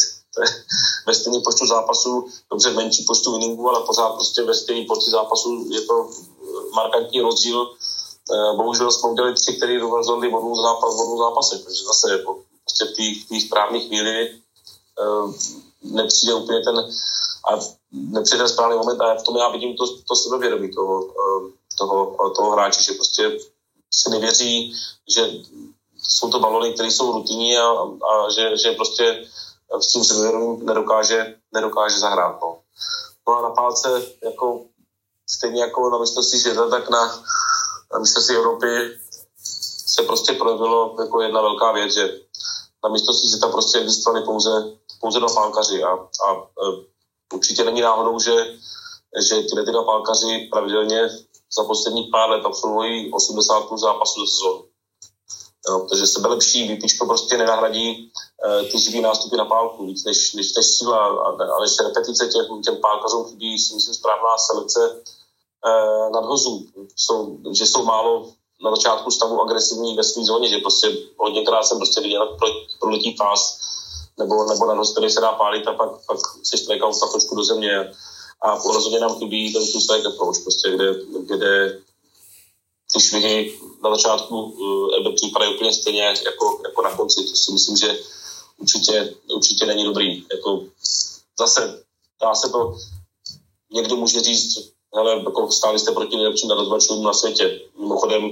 Ve stejném počtu zápasů, dobře v menší počtu inningů, ale pořád prostě ve stejném počtu zápasů je to markantní rozdíl. Eh, bohužel jsme udělali tři, který rozhodli vodnou zápas, vodnou zápase, takže zase jako, prostě v té správné chvíli eh, nepřijde úplně ten a nepřijde správný moment a v tom já vidím to, to sebevědomí toho, toho, toho hráče, že prostě si nevěří, že jsou to balony, které jsou rutinní a, a že, že prostě s tím sebevědomím nedokáže, nedokáže zahrát. No. no a na pálce jako, stejně jako na mistrovství světa, tak na, na mistrovství Evropy se prostě projevilo jako jedna velká věc, že na mistrovství světa prostě existovali pouze, pouze dva pálkaři a, a určitě není náhodou, že, že tyhle ty dva pálkaři pravidelně za posledních pár let absolvují osmdesát plus zápasů za sezónu. Jo, protože sebelepší výpíčko prostě nenahradí e, ty živý nástupy na pálku, víc než, než, než síla a, a než repetice těch, těm pálkařům chybí, si myslím, správná selekce e, nadhozů. Jsou, že jsou málo na začátku stavu agresivní ve své zóně, že prostě hodněkrát jsem prostě viděl, jak proletí pás nebo, nebo na dost, který se dá pálit a pak, pak si strike out točku do země. A rozhodně nám chybí ten two strike approach, prostě, kde, kde ty švihy na začátku uh, případají úplně stejně jako, jako na konci. To si myslím, že určitě, určitě není dobrý. Jako, zase dá se to, někdo může říct, hele, jako stáli jste proti nejlepším nadozvačům na světě. Mimochodem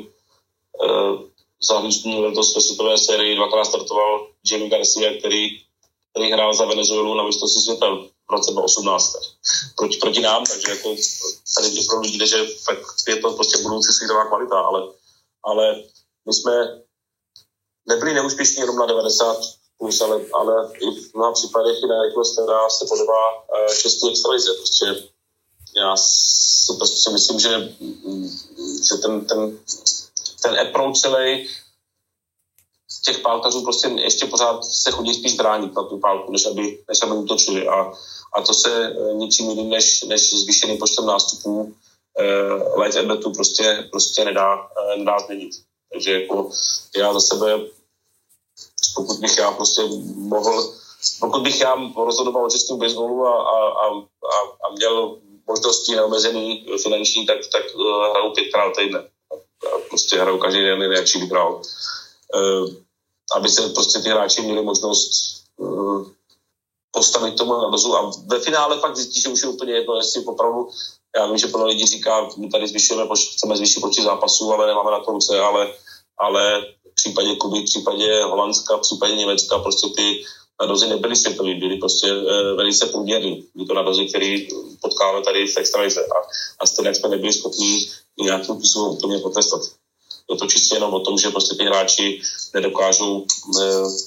uh, za Houstonu letos ve světové sérii dvakrát startoval Jamie Garcia, který který hrál za Venezuelu na mistrovství světa v roce dva tisíce osmnáct. Proti, proti nám, takže jako tady opravdu vidíte, že tak je to prostě budoucí světová kvalita, ale, ale my jsme nebyli neúspěšní jenom na devadesát plus, ale, ale i v mnoha případech i na rychlost, která se podobá české extralize. Prostě já si prostě myslím, že, že ten, ten, ten approach celý z těch pálkařů prostě ještě pořád se chodí spíš bránit na tu pálku, než aby, než aby útočili. A, a to se ničím jiným než, než zvýšeným počtem nástupů eh, light at-batu prostě, prostě nedá, eh, nedá změnit. Takže jako já za sebe, pokud bych já prostě mohl, pokud bych já rozhodoval o českém baseballu a, a, a, a měl možnosti neomezený finanční, tak, tak uh, hraju pětkrát týdne. A prostě hraju každý den nejlepší vyhrál. Uh, aby se prostě ty hráči měli možnost uh, postavit tomu na dozu. A ve finále pak zjistí, že už je úplně jedno, jestli opravdu, já vím, že plno lidí říká, my tady zvyšujeme, chceme zvýšit počet zápasů, ale nemáme na to ruce, ale, ale v případě Kuby, v případě Holandska, v případě Německa prostě ty nadozy nebyly světový, byly prostě e, velice průměrný. Byly to nadozy, které potkáváme tady v extralize a, a stejně jsme nebyli schopni nějakým způsobem úplně potrestat. Je to čistě jenom o tom, že prostě ty hráči nedokážou, e,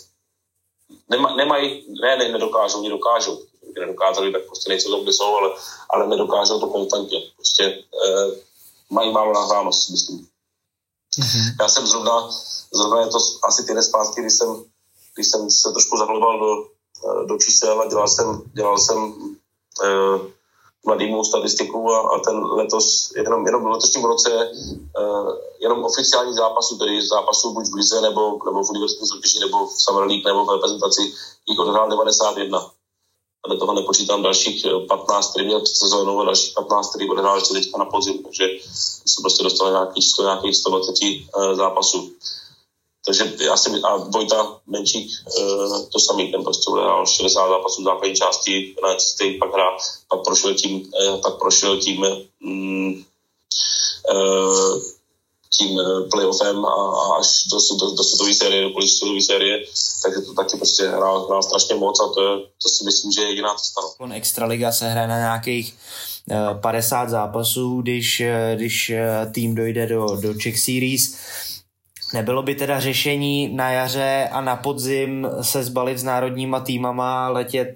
nema, nemají, ne, ne, nedokážou, oni dokážou. Kdyby nedokázali, tak prostě nejsou to, kde jsou, ale, ale nedokážou to konstantně. Prostě e, mají málo nahránost, myslím. Mm-hmm. Já jsem zrovna, zrovna je to asi týden zpátky, když jsem když jsem se trošku zahloubal do, do čísel a dělal jsem, dělal jsem eh, mladýmu statistiku a, a ten letos, jenom, jenom v letošním roce, eh, jenom oficiální zápasů, tedy zápasů buď v lize nebo, nebo v univerzitní soutěži, nebo v Summer League, nebo v reprezentaci, jich odehrál devadesát jedna. A do toho nepočítám dalších patnáct, který měl před sezónou a dalších patnáct, který odehrál ještě teďka na podzim. Takže jsem prostě dostal nějaký číslo nějakých sto dvacet eh, zápasů. Takže já si a Vojta Menčík e, to samý, ten prostě udělal šedesát zápasů v základní části, na cestě pak hra, pak prošel tím, e, pak prošel tím, mm, e, tím playoffem a, a až do, do, do světové série, do poličí světové série, takže to taky prostě hrál, hrál strašně moc a to, je, to si myslím, že je jediná cesta. On Extraliga se hraje na nějakých padesát zápasů, když, když tým dojde do, do Czech Series. Nebylo by teda řešení na jaře a na podzim se zbalit s národníma týmama, letět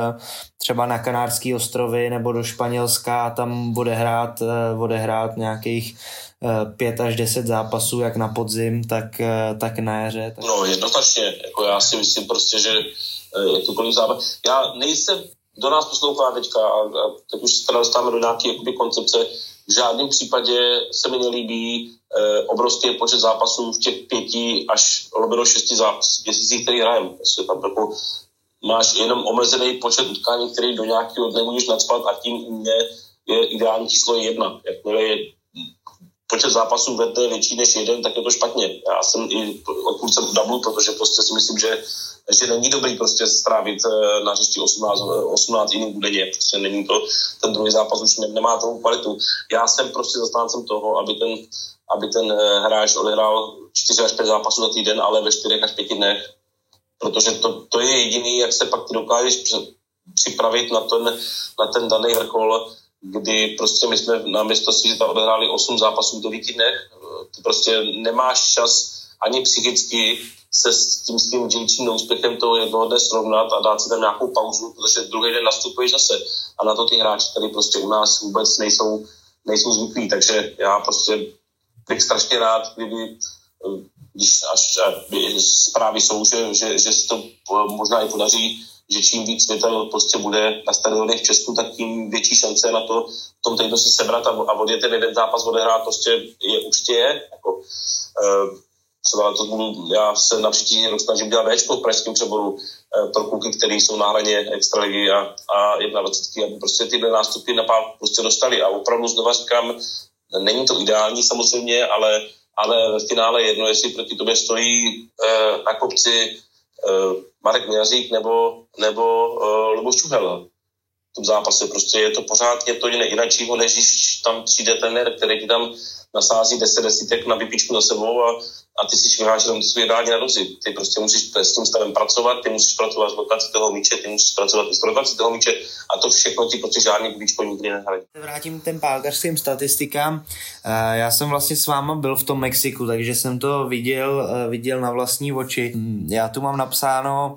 třeba na Kanárský ostrovy nebo do Španělska a tam odehrát, odehrát nějakých pět až deset zápasů, jak na podzim, tak, tak na jaře? Tak... No jednoznačně, jako já si myslím prostě, že je to plný zápas. Já nejsem, do nás poslouchá teďka a, a teď už se dostáváme do nějaké jakoby koncepce, v žádném případě se mi nelíbí eh, obrovský počet zápasů v těch pěti až lomeno šesti měsících, který hrajeme. Tam jako máš jenom omezený počet utkání, který do nějakého dne můžeš nacpat a tím u mě je ideální číslo jedna. Jakmile je počet zápasů ve dne větší než jeden, tak je to špatně. Já jsem i odpůrcem dublu, protože prostě si myslím, že, že není dobrý prostě strávit na hřišti osmnáct inningů denně. Prostě není to, ten druhý zápas už ne, nemá takovou kvalitu. Já jsem prostě zastáncem toho, aby ten, aby ten hráč odehrál čtyři až pět zápasů za týden, ale ve čtyřech až pěti dnech. Protože to, to je jediný, jak se pak ty dokážeš připravit na ten, na ten daný vrchol, kdy prostě my jsme na mistrovství světa odehráli osm zápasů v devíti dnech. Ty prostě nemáš čas ani psychicky se s tím svým dějčím neúspěchem toho jednoho dne srovnat a dát si tam nějakou pauzu, protože druhý den nastupuješ zase. A na to ty hráči tady prostě u nás vůbec nejsou, nejsou zvyklí. Takže já prostě bych strašně rád, kdyby když až zprávy jsou, že, že, že se to možná i podaří, že čím víc světel prostě bude na stadionech v Česku, tak tím větší šance na to v tom týdnu se sebrat a, a odjet ten jeden zápas odehrát prostě je určitě je. Jako, uh, třeba to budu, já se na příští rok snažím dělat véčko v pražském přeboru uh, pro kluky, který jsou na hraně extraligy a, a dvacet jedna, aby prostě tyhle nástupy na pár prostě dostali. A opravdu znova říkám, není to ideální samozřejmě, ale, ale v finále jedno, jestli proti tobě stojí uh, na kopci uh, Marek Měřík nebo, nebo uh, Luboš Čuhel. V tom zápase prostě je to pořád něco jiného, než když tam přijde trenér, který ti tam nasází deset desítek na vypičku za sebou a, a ty si šviháš jenom své dání na dozy. Ty prostě musíš s tím stavem pracovat, ty musíš pracovat s lokací toho míče, ty musíš pracovat i s lokací toho míče a to všechno ti prostě žádný klíčko nikdy nehraje. Vrátím k těm pálkařským statistikám. Já jsem vlastně s váma byl v tom Mexiku, takže jsem to viděl, viděl na vlastní oči. Já tu mám napsáno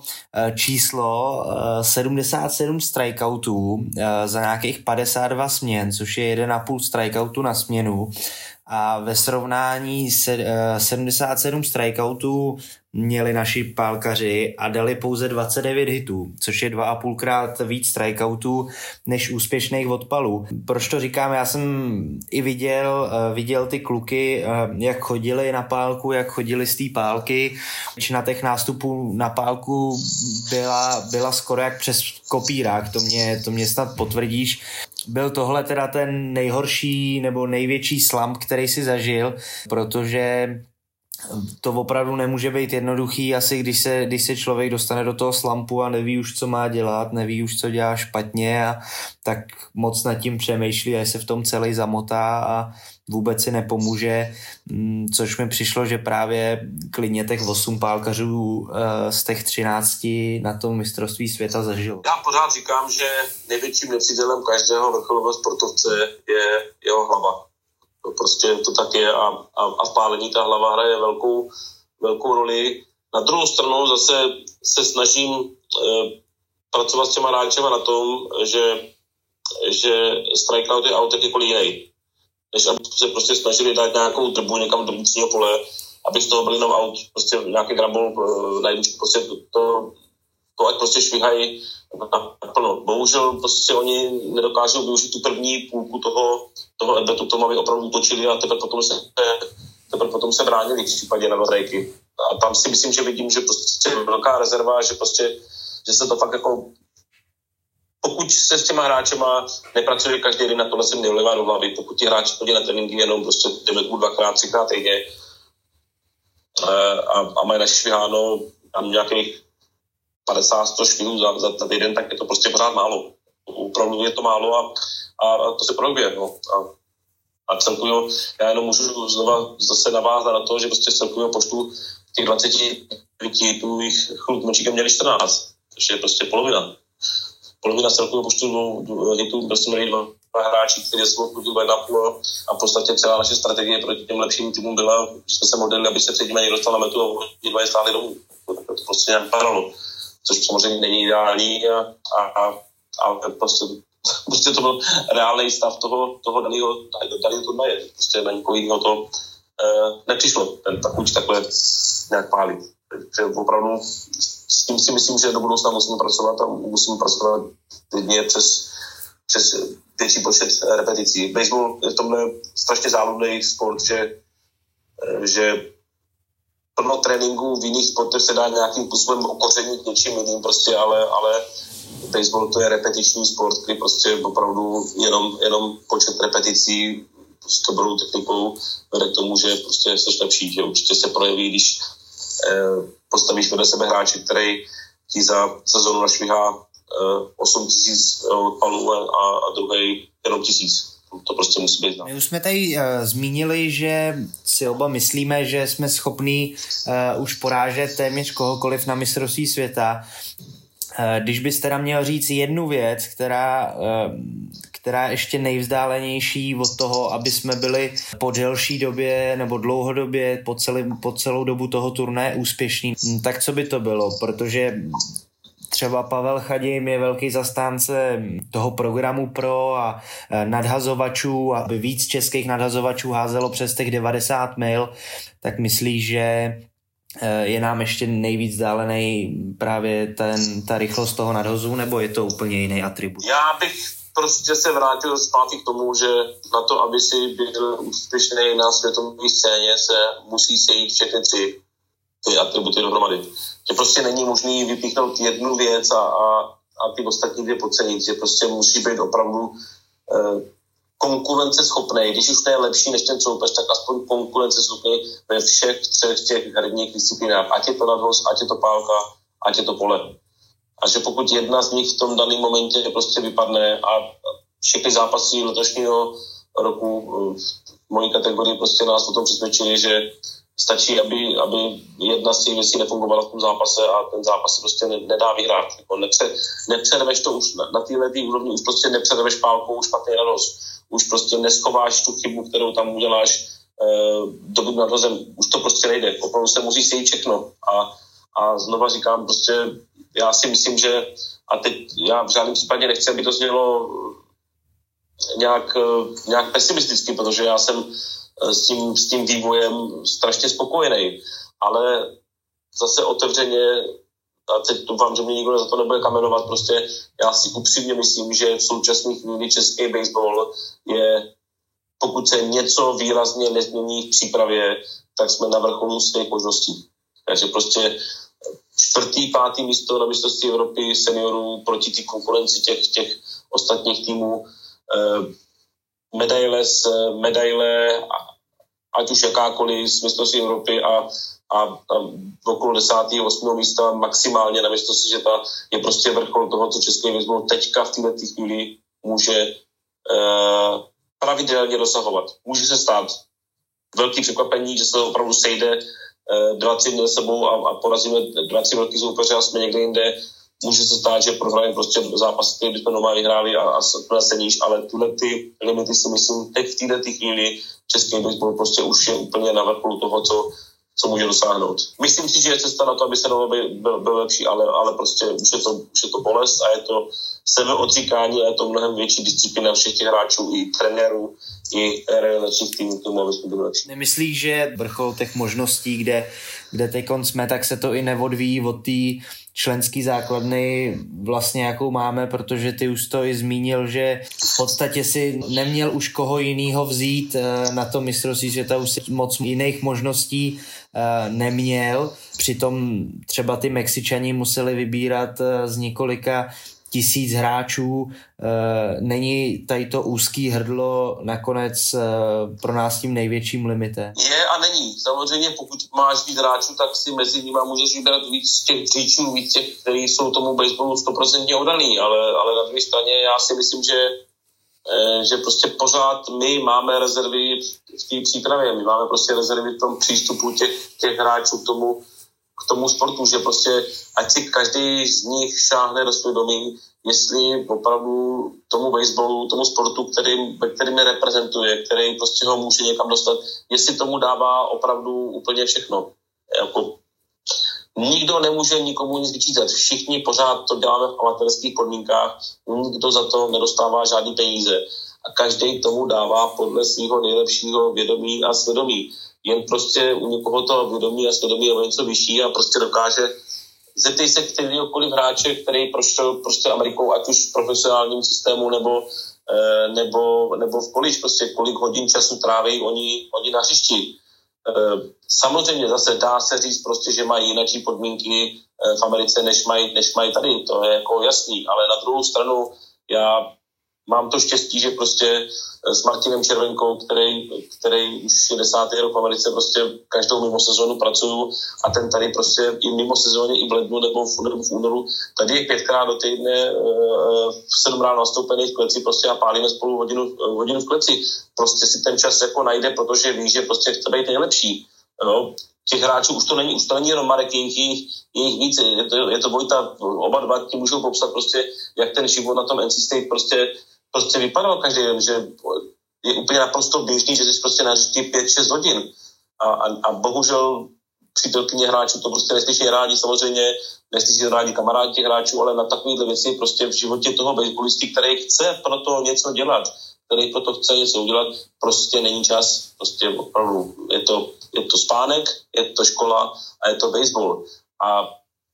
číslo sedmdesát sedm strikeoutů za nějakých padesát dva směn, což je jeden a půl strikeoutu na směnu. A ve srovnání sedmdesát sedm strikeoutů měli naši pálkaři a dali pouze dvacet devět hitů, což je dva a půlkrát víc strikeoutů než úspěšných odpalů. Proč to říkám? Já jsem i viděl, viděl ty kluky, jak chodili na pálku, jak chodili z té pálky. Většina těch nástupů na pálku byla, byla skoro jak přes kopírák, to mě, to mě snad potvrdíš. Byl tohle teda ten nejhorší nebo největší slump, který si zažil, protože to opravdu nemůže být jednoduchý, asi když se, když se člověk dostane do toho slumpu a neví už, co má dělat, neví už, co dělá špatně, a tak moc nad tím přemýšlí a se v tom celý zamotá a vůbec si nepomůže, což mi přišlo, že právě klidně těch osm pálkařů z těch třinácti na tom mistrovství světa zažil. Já pořád říkám, že největším nepřítelem každého vrcholového sportovce je jeho hlava. To prostě to tak je a, a, a v pálení ta hlava hraje velkou, velkou roli. Na druhou stranu zase se snažím e, pracovat s těma hráčema na tom, že, že strikeout je out jakýkoliv jiný. Než aby se prostě snažili dát nějakou drbu někam do vnitřního pole, aby z toho byl jenom out, prostě nějaký grambol e, najít, prostě to, to, to ať prostě švihají naplno. Bohužel prostě oni nedokážou využít tu první půlku toho, toho edbetu, tomu, aby opravdu točili a teprve potom se, teprve potom se bránili v případě na drajky. A tam si myslím, že vidím, že prostě je velká rezerva, že prostě, že se to fakt jako, pokud se s těma hráčema nepracuje každý den, na tohle se mě vlivá do hlavy, pokud ti hráči chodí na tréninky jenom prostě devět dvakrát, třikrát týdně a, a mají našviháno tam nějakých padesát sto švihů za, za, za týden, tak je to prostě pořád málo. Opravdu je to málo a, a to se projevuje. No. A, a celkově já jenom můžu znova zase navázat na to, že prostě celkově počtu těch dvacet hitů jich chlupnočíkem měli čtrnáct, což je prostě polovina. Polovina celkového počtu hitů prostě měli dva hráči, kteří jsme chodili na půl a v podstatě celá naše strategie proti těm lepším týmům byla, že jsme se modlili, aby se před nimi nedostal na metu a oni dva je stáli domů. To prostě nevypadalo, což samozřejmě není ideální a, a, a, a prostě, prostě to byl reálný stav toho, toho daného, daného turnaje. Prostě na nikoho jiného to e, nepřišlo, ten takový takhle nějak pálit. Takže opravdu s tím si myslím, že do budoucna musíme pracovat a musíme pracovat jedně přes, přes větší počet repeticí. Baseball je v tomhle strašně záludný sport, že, že plno tréninku v jiných sportech se dá nějakým způsobem okořenit něčím jiným, prostě, ale, ale baseball to je repetiční sport, který prostě opravdu jenom, jenom počet repeticí s dobrou technikou vede k tomu, že prostě jsi lepší, že určitě se projeví, když eh, postavíš vedle sebe hráče, který ti za sezonu našvihá eh, osm tisíc odpalů a, a druhý jenom tisíc. To prostě musí být. My už jsme tady uh, zmínili, že si oba myslíme, že jsme schopní uh, už porážet téměř kohokoliv na mistrovství světa. Uh, když bys teda měl říct jednu věc, která, uh, která je ještě nejvzdálenější od toho, aby jsme byli po delší době nebo dlouhodobě po, celý, po celou dobu toho turnaje úspěšní, tak co by to bylo? Protože třeba Pavel Chadim je velký zastánce toho programu pro a nadhazovačů, aby víc českých nadhazovačů házelo přes těch devadesát mil, tak myslíš, že je nám ještě nejvíc vzdálený právě ten, ta rychlost toho nadhozu, nebo je to úplně jiný atribut? Já bych prostě se vrátil zpátky k tomu, že na to, aby si byl úspěšný na světové scéně, se musí sejít všechny tři ty atributy dohromady. Že prostě není možný vypíchnout jednu věc a, a, a ty ostatní dvě podcenit. Že prostě musí být opravdu eh, konkurenceschopný. Když už to je lepší než ten soupeř, tak aspoň konkurenceschopný ve všech třech těch herních disciplinách. Ať je to nadhoz, ať je to pálka, ať je to pole. A že pokud jedna z nich v tom daném momentě prostě vypadne a všechny zápasy letošního roku v mojí kategorii prostě nás o tom přesvědčili, že stačí, aby, aby jedna z těch věcí nefungovala v tom zápase a ten zápas se prostě nedá vyhrát. Jako nepře, nepředveš to už na, na téhle úrovni, už prostě nepředveš pálkou špatný nadhoz. Už prostě neschováš tu chybu, kterou tam uděláš e, dobu nadhozem. Už to prostě nejde. Opravdu se musí sejít všechno. A, a znova říkám, prostě já si myslím, že a teď já v žádném případě nechci, aby to znělo nějak, nějak pesimisticky, protože já jsem s tím, s tím vývojem strašně spokojený. Ale zase otevřeně, a teď doufám, že mě nikdo za to nebude kamenovat, prostě já si upřímně myslím, že v současné chvíli český baseball je, pokud se něco výrazně nezmění v přípravě, tak jsme na vrcholu svých možností. Takže prostě čtvrtý, pátý místo na mistrovství Evropy seniorů proti té konkurenci těch, těch ostatních týmů. Medaile, medaile, ať už jakákoliv z mistrovství Evropy a, a, a okolo desátého, osmého místa maximálně na mistrovství světa je prostě vrchol toho, co český baseball teďka v této chvíli může eh, pravidelně dosahovat. Může se stát velký překvapení, že se to opravdu sejde dva, tři dny sebou a, a porazíme dva, tři velký soupeře a jsme někde jinde. Může se stát, že prohrajeme prostě zápas, který bychom doma vyhráli a, a se níž, ale tyhle ty limity si myslím, teď v této chvíli český baseball prostě už je úplně na vrcholu toho, co, co může dosáhnout. Myslím si, že je cesta na to, aby se dalo by, byl, byl lepší, ale, ale prostě už je, to, už je to bolest a je to sebeodříkání a je to mnohem větší disciplína všech těch hráčů i trenérů, i realizačních týmů k tomu, aby jsme byli lepší. Nemyslíš, že vrchol těch možností, kde, kde teď jsme, tak se to i neodvíjí od té členský základny vlastně jakou máme, protože ty už to i zmínil, že v podstatě si neměl už koho jinýho vzít na to mistrovství světa, už si moc jiných možností neměl. Přitom třeba ty Mexičani museli vybírat z několika tisíc hráčů. Není tady to úzký hrdlo nakonec pro nás tím největším limitem? Je a není. Samozřejmě pokud máš víc hráčů, tak si mezi nimi můžeš vybrat víc těch hříčů, víc těch, kteří jsou tomu baseballu sto procent oddaný, ale, ale na druhé straně já si myslím, že, že prostě pořád my máme rezervy v té přípravě, my máme prostě rezervy v tom přístupu těch, těch hráčů k tomu, k tomu sportu, že prostě ať si každý z nich šáhne do svědomí, jestli opravdu tomu baseballu, tomu sportu, který, který mě reprezentuje, který prostě ho může někam dostat, jestli tomu dává opravdu úplně všechno. Jako, nikdo nemůže nikomu nic vyčítat. Všichni pořád to děláme v amatérských podmínkách, nikdo za to nedostává žádný peníze a každý tomu dává podle svého nejlepšího vědomí a svědomí. Jen prostě u někoho to vědomí a svědomí je o něco vyšší a prostě dokáže. Zeptej se kterýkoliv hráče, který prošel prostě Amerikou, ať už v profesionálním systému nebo, e, nebo, nebo v college, prostě kolik hodin času tráví oni, oni na hřišti. E, samozřejmě zase dá se říct prostě, že mají jináčí podmínky v Americe, než mají, než mají tady, to je jako jasný, ale na druhou stranu já mám to štěstí, že prostě s Martinem Červenkou, který, který už je desátý rok v Americe, prostě každou mimo sezónu pracuju a ten tady prostě i mimo sezóně, i v lednu nebo v, nebo v únoru, tady je pětkrát do týdne v sedm ráno nastoupený v kleci prostě a pálíme spolu hodinu, hodinu v kleci. Prostě si ten čas jako najde, protože ví, že prostě chce být nejlepší. No, těch hráčů už to není, už to není jenom Marek Jinky, je jich víc, je to, je to Vojta, oba dva ti můžou popsat prostě, jak ten život na tom N C State prostě prostě vypadalo každý den, že je úplně naprosto běžný, že jsi prostě na hřišti pět šest hodin. A, a, a bohužel přítelkyně hráčů to prostě neslyší rádi, samozřejmě neslyší rádi kamarádi těch hráčů, ale na takovéhle věci prostě v životě toho baseballisty, který chce pro to něco dělat, který pro to chce něco udělat, prostě není čas. Prostě opravdu je to, je to spánek, je to škola a je to baseball. A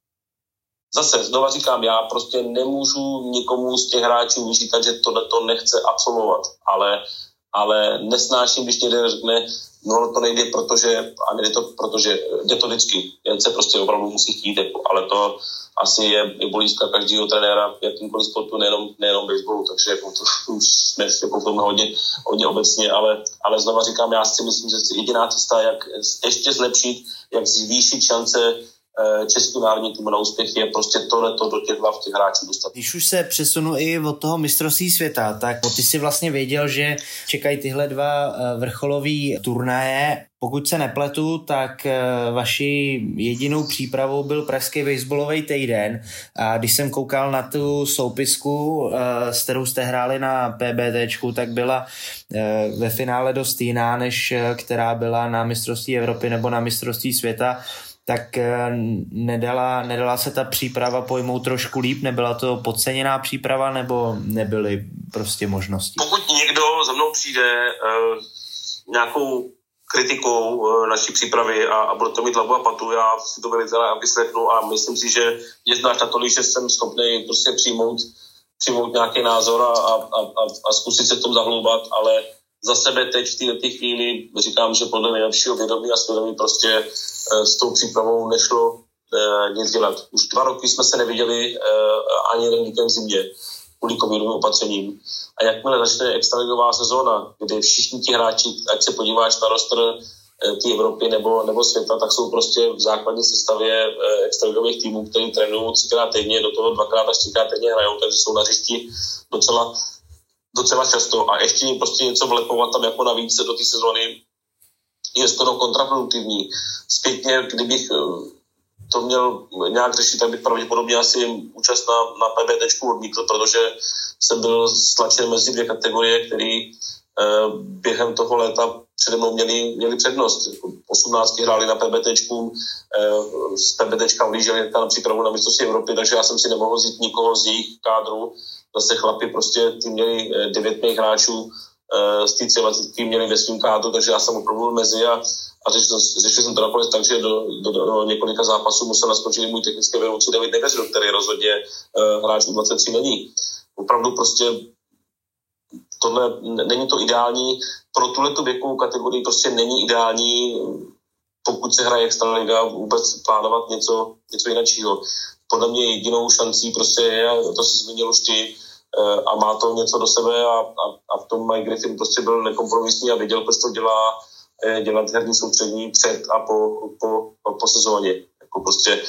zase, znova říkám, já prostě nemůžu nikomu z těch hráčů vyčítat, že tohle to nechce absolvovat, ale, ale nesnáším, když někde řekne, no to nejde, protože, a nejde to, protože jde to vždycky, jen se prostě opravdu musí chtít, ale to asi je, je bolístka každého trenéra v jakýmkoliv sportu, nejenom, nejenom baseballu, takže jako to už dnes jako to hodně, hodně obecně, ale, ale znova říkám, já si myslím, že jediná cesta, jak ještě zlepšit, jak zvýšit šance český národní tým na úspěch je prostě tohleto do těch hlav těch hráčů dostat. Když už se přesunu i od toho mistrovství světa, tak ty si vlastně věděl, že čekají tyhle dva vrcholový turnaje. Pokud se nepletu, tak vaší jedinou přípravou byl pražský baseballový týden. A když jsem koukal na tu soupisku, s kterou jste hráli na PBTčku, tak byla ve finále dost jiná, než která byla na mistrovství Evropy nebo na mistrovství světa. Tak nedala, nedala se ta příprava pojmout trošku líp? Nebyla to podceněná příprava, nebo nebyly prostě možnosti? Pokud někdo za mnou přijde uh, nějakou kritikou naší přípravy a, a bude to mít hlavu a patu. Já si to velice rád vyslechnu a myslím si, že je znáš natolik, že jsem schopný prostě přijmout, přijmout nějaký názor a, a, a, a zkusit se v tom zahloubat, ale za sebe teď v této chvíli říkám, že podle nejlepšího vědomí a svědomí prostě s tou přípravou nešlo eh, nic dělat. Už dva roky jsme se neviděli eh, ani jeden víkend v zimě kvůli covidovým opatřením. A jakmile začne extraligová sezóna, kde všichni ti hráči, ať se podíváš na roster eh, té Evropy nebo, nebo světa, tak jsou prostě v základní sestavě eh, extraligových týmů, který trénují třikrát týdně, do toho dvakrát až třikrát týdně hrajou, takže jsou na hřišti docela, docela často. A ještě jim prostě něco vlepovat tam jako navíc do té sezóny je skoro kontraproduktivní. Zpětně, kdybych to měl nějak řešit, tak bych pravděpodobně asi účast na, na PBTčku odmítl, protože jsem byl stlačen mezi dvě kategorie, které eh, během toho léta přede mnou měli, měli přednost. osmnáctky hráli na PBTčku, eh, z PBTčka vlíželi na přípravu na mistrovství Evropy, takže já jsem si nemohl vzít nikoho z jejich kádru. Zase chlapi prostě ty měli devět mých hráčů, z té třicítky měli ve svým kádru, takže já jsem opravdu mezi a, a řešil, řešil jsem to nakonec tak, že do, do, do několika zápasů musel naskočit můj technický vedoucí David Neveřil, který rozhodně uh, hráč u dvacet tři není. Opravdu prostě tohle není to ideální, pro tuhletu věkovou kategorii prostě není ideální, pokud se hraje extraliga, vůbec plánovat něco, něco jiného. Podle mě jedinou šancí prostě je, to si zmínil už ty, a má to něco do sebe a, a, a v tom Mike Griffin prostě byl nekompromisní a věděl, proč to dělá, dělat herní soustřední před a po, po, po, po sezóně. Jako prostě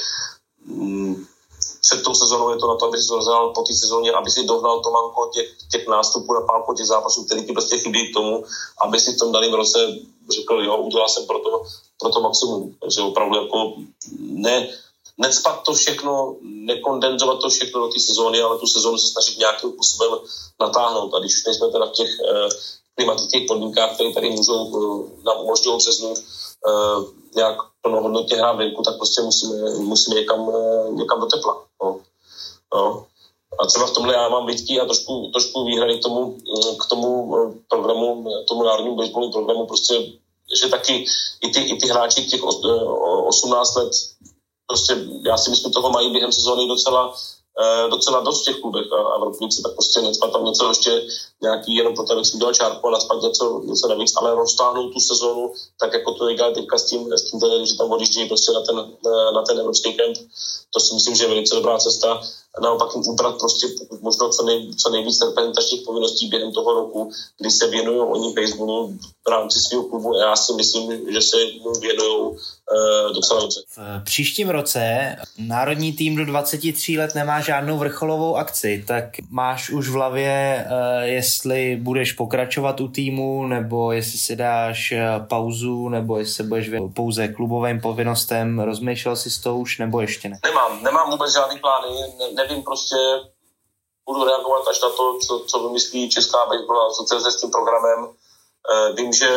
mm, před tou sezónou je to na to, aby si to rozhrál po té sezóně, aby si dohnal to manko těch, těch nástupů na pálku těch zápasů, který ti prostě chybí k tomu, aby si v tom daném roce řekl, jo, udělal jsem pro to, pro to maximum. Takže opravdu jako ne... necpat to všechno, nekondenzovat to všechno do té sezóny, ale tu sezónu se snažit nějakým způsobem natáhnout. A když už nejsme teda v těch eh, klimatických podmínkách, které tady můžou eh, nám umožňovat březnu eh, nějak plnohodnotně hrát venku, tak prostě musíme, musíme někam, eh, někam do tepla. No. No. A třeba v tomhle já mám výtky a trošku, trošku výhrady k tomu, k tomu programu, tomu národnímu baseballu programu, prostě, že taky i ty, i ty hráči těch osmnáct let prostě, já si myslím, toho mají během sezóny docela, eh, docela dost v těch klubech a, a v Ropnici, tak prostě necpat tam něco ještě nějaký, jenom pro to, abych si udělal čárku a naspat něco, něco navíc, ale roztáhnout tu sezónu, tak jako to dělá teďka s tím, s tím tedy, že tam odjíždí prostě na ten, na ten evropský kemp. To si myslím, že je velice dobrá cesta. Naopak jim ubrat prostě možná co, nej, co nejvíc reprezentačních povinností během toho roku, kdy se věnují oni baseballu v rámci svého klubu. Já si myslím, že se mu věnují e, docela dobře. V příštím roce národní tým do dvaceti tří let nemá žádnou vrcholovou akci, tak máš už v hlavě, e, jestli budeš pokračovat u týmu, nebo jestli si dáš pauzu, nebo jestli se budeš věnovat pouze klubovým povinnostem, rozmýšlel jsi z toho už, nebo ještě ne? Nemám, nemám vůbec žádný plány, ne, nevím prostě, budu reagovat až na to, co, co vymyslí Česká baseball asociace s tím programem. E, vím, že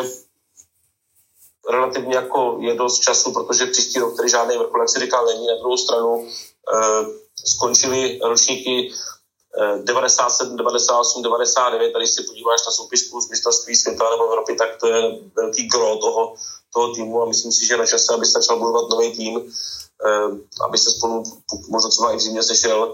relativně jako je dost času, protože příští rok, který žádný vrchol, jak si říkal, není. Na druhou stranu e, skončily ročníky e, devadesát sedm, devadesát osm, devadesát devět, tady si podíváš na soupisku z mistrovství světa nebo Evropy, tak to je velký gro toho, toho týmu a myslím si, že na čase, aby se začal budovat nový tým, aby se spolu možná třeba i v zimě sešel.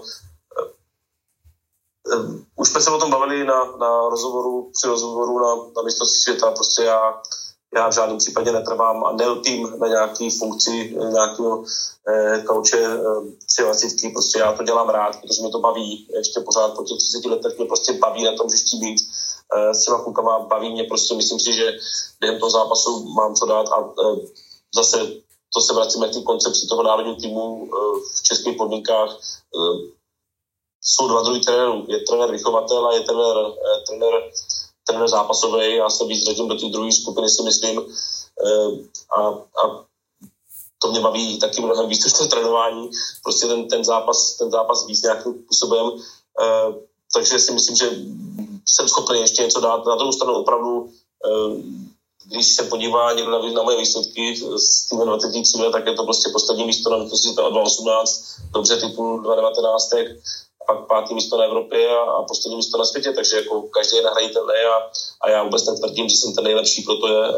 Už jsme se o tom bavili na, na rozhovoru, při rozhovoru na, na mistrovství světa, prostě já, já v žádném případě netrvám a nelpím na nějaký funkci nějakého eh, kauče eh, třicítky, prostě já to dělám rád, protože mě to baví, ještě pořád po těch třiceti letech mě prostě baví na tom hřišti být. Eh, s těma klukama baví mě prostě, myslím si, že během toho zápasu mám co dát a eh, zase to se vracíme k té koncepci toho národního týmu v českých podmínkách. Jsou dva druhý trenérů. Je trenér vychovatel a je trenér, trenér, trenér zápasový. Já se víc řadím do té druhé skupiny, si myslím. A, a to mě baví taky mnohem víc než to trénování. Prostě ten, ten, zápas, ten zápas víc nějakým způsobem. Takže si myslím, že jsem schopný ještě něco dát. Na druhou stranu opravdu když se podívá někdo na, na moje výsledky s tím dvaceti tří let, tak je to prostě poslední místo na mistrovství dva tisíce osmnáct, dobře titul dva tisíce devatenáct, a pak pátý místo na Evropě a, a poslední místo na světě, takže jako každý je nahrajitelný a, a já vůbec netvrdím, že jsem ten nejlepší, proto je,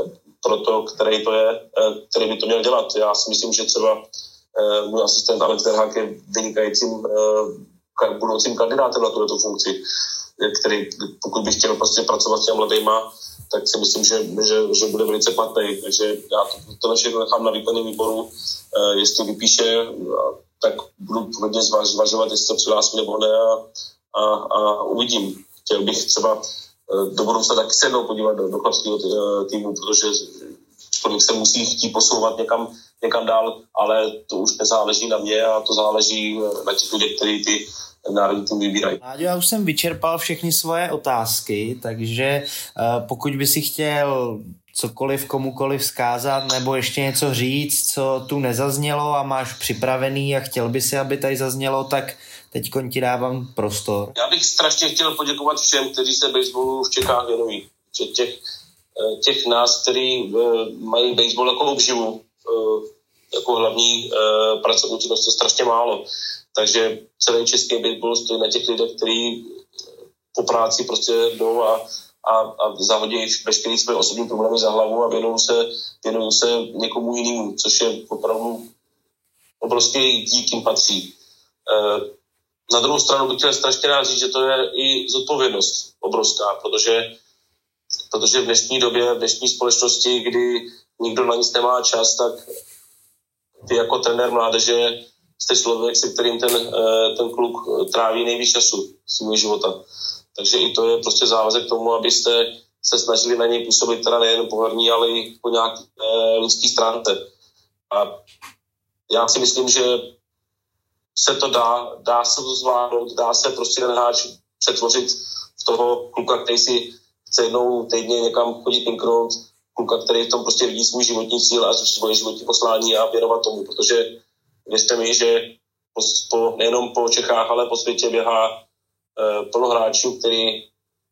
pro to, který to je, který by to měl dělat. Já si myslím, že třeba můj asistent Alex Derhák je vynikajícím budoucím kandidátem na tuto funkci, který pokud by chtěl prostě pracovat s těmi mladýma, tak si myslím, že, že, že bude velice platný. Takže já to, to všechno nechám na výkonném výboru. Jestli vypíše, tak budu hodně zvažovat, jestli to přihlásím nebo ne a, a, a uvidím. Chtěl bych třeba do budoucna taky se jednou podívat do, do chlapského týmu, protože člověk se musí chtít posouvat někam, někam dál, ale to už nezáleží na mě a to záleží na těch lidech, kteří ty národní tým vybírají. Já už jsem vyčerpal všechny svoje otázky, takže pokud by si chtěl cokoliv komukoliv vzkázat nebo ještě něco říct, co tu nezaznělo a máš připravený a chtěl by si, aby tady zaznělo, tak teďkon ti dávám prostor. Já bych strašně chtěl poděkovat všem, kteří se baseballu v Čechách věnují. Těch, těch nás, kteří mají baseball jako obživu, jako hlavní pracovní činnost, je strašně málo. Takže celý český baseball stojí na těch lidech, kteří po práci prostě jdou a, a, a zahodí veškerý své osobní problémy za hlavu a věnují se, věnují se někomu jinému, což je opravdu obrovský dík jim patří. Na druhou stranu bych chtěl strašně rád říct, že to je i zodpovědnost obrovská, protože, protože v dnešní době, v dnešní společnosti, kdy nikdo na nic nemá čas, tak ty jako trenér mládeže jste člověk, se kterým ten, ten kluk tráví nejvíc času svého života. Takže i to je prostě závazek k tomu, abyste se snažili na něj působit teda nejen po herní, ale i po nějaké lidské stránce. A já si myslím, že se to dá, dá se to zvládnout, dá se prostě ten hráč přetvořit v toho kluka, který si chce jednou týdně někam chodit pinknout, kluka, který v tom prostě vidí svůj životní cíl a svoje životní poslání a věnovat tomu, protože věřte mi, že po, po, nejenom po Čechách, ale po světě běhá e, plno hráčů, který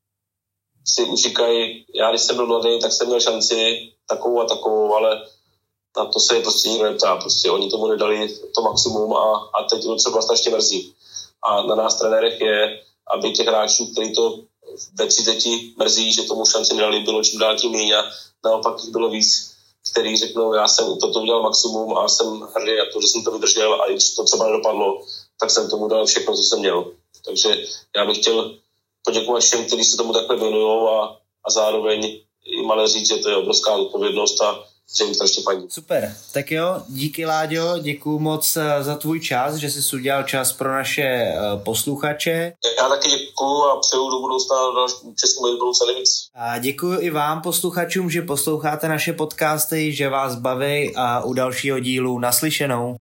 si už říkají, já když jsem byl mladý, tak jsem měl šanci takovou a takovou, ale na to se prostě nikdo neptá. Prostě oni tomu nedali to maximum a, a teď to třeba strašně mrzí. A na nás trenérech je, aby těch hráčů, který to ve třiceti mrzí, že tomu šanci nedali, bylo čím dál tím méně a naopak jich bylo víc, který řeknou, já jsem toto udělal maximum a jsem hrdý na to, že jsem to vydržel a i když to třeba nedopadlo, tak jsem tomu dal všechno, co jsem měl. Takže já bych chtěl poděkovat všem, kteří se tomu takhle věnují a, a zároveň jim ale říct, že to je obrovská odpovědnost a že jim strašně padí. Super, tak jo, díky Láďo, děkuju moc za tvůj čas, že jsi udělal čas pro naše posluchače. Já taky děkuju a přeju do budoucna českou baseballu co nejvíc. A děkuju i vám posluchačům, že posloucháte naše podcasty, že vás baví a u dalšího dílu naslyšenou.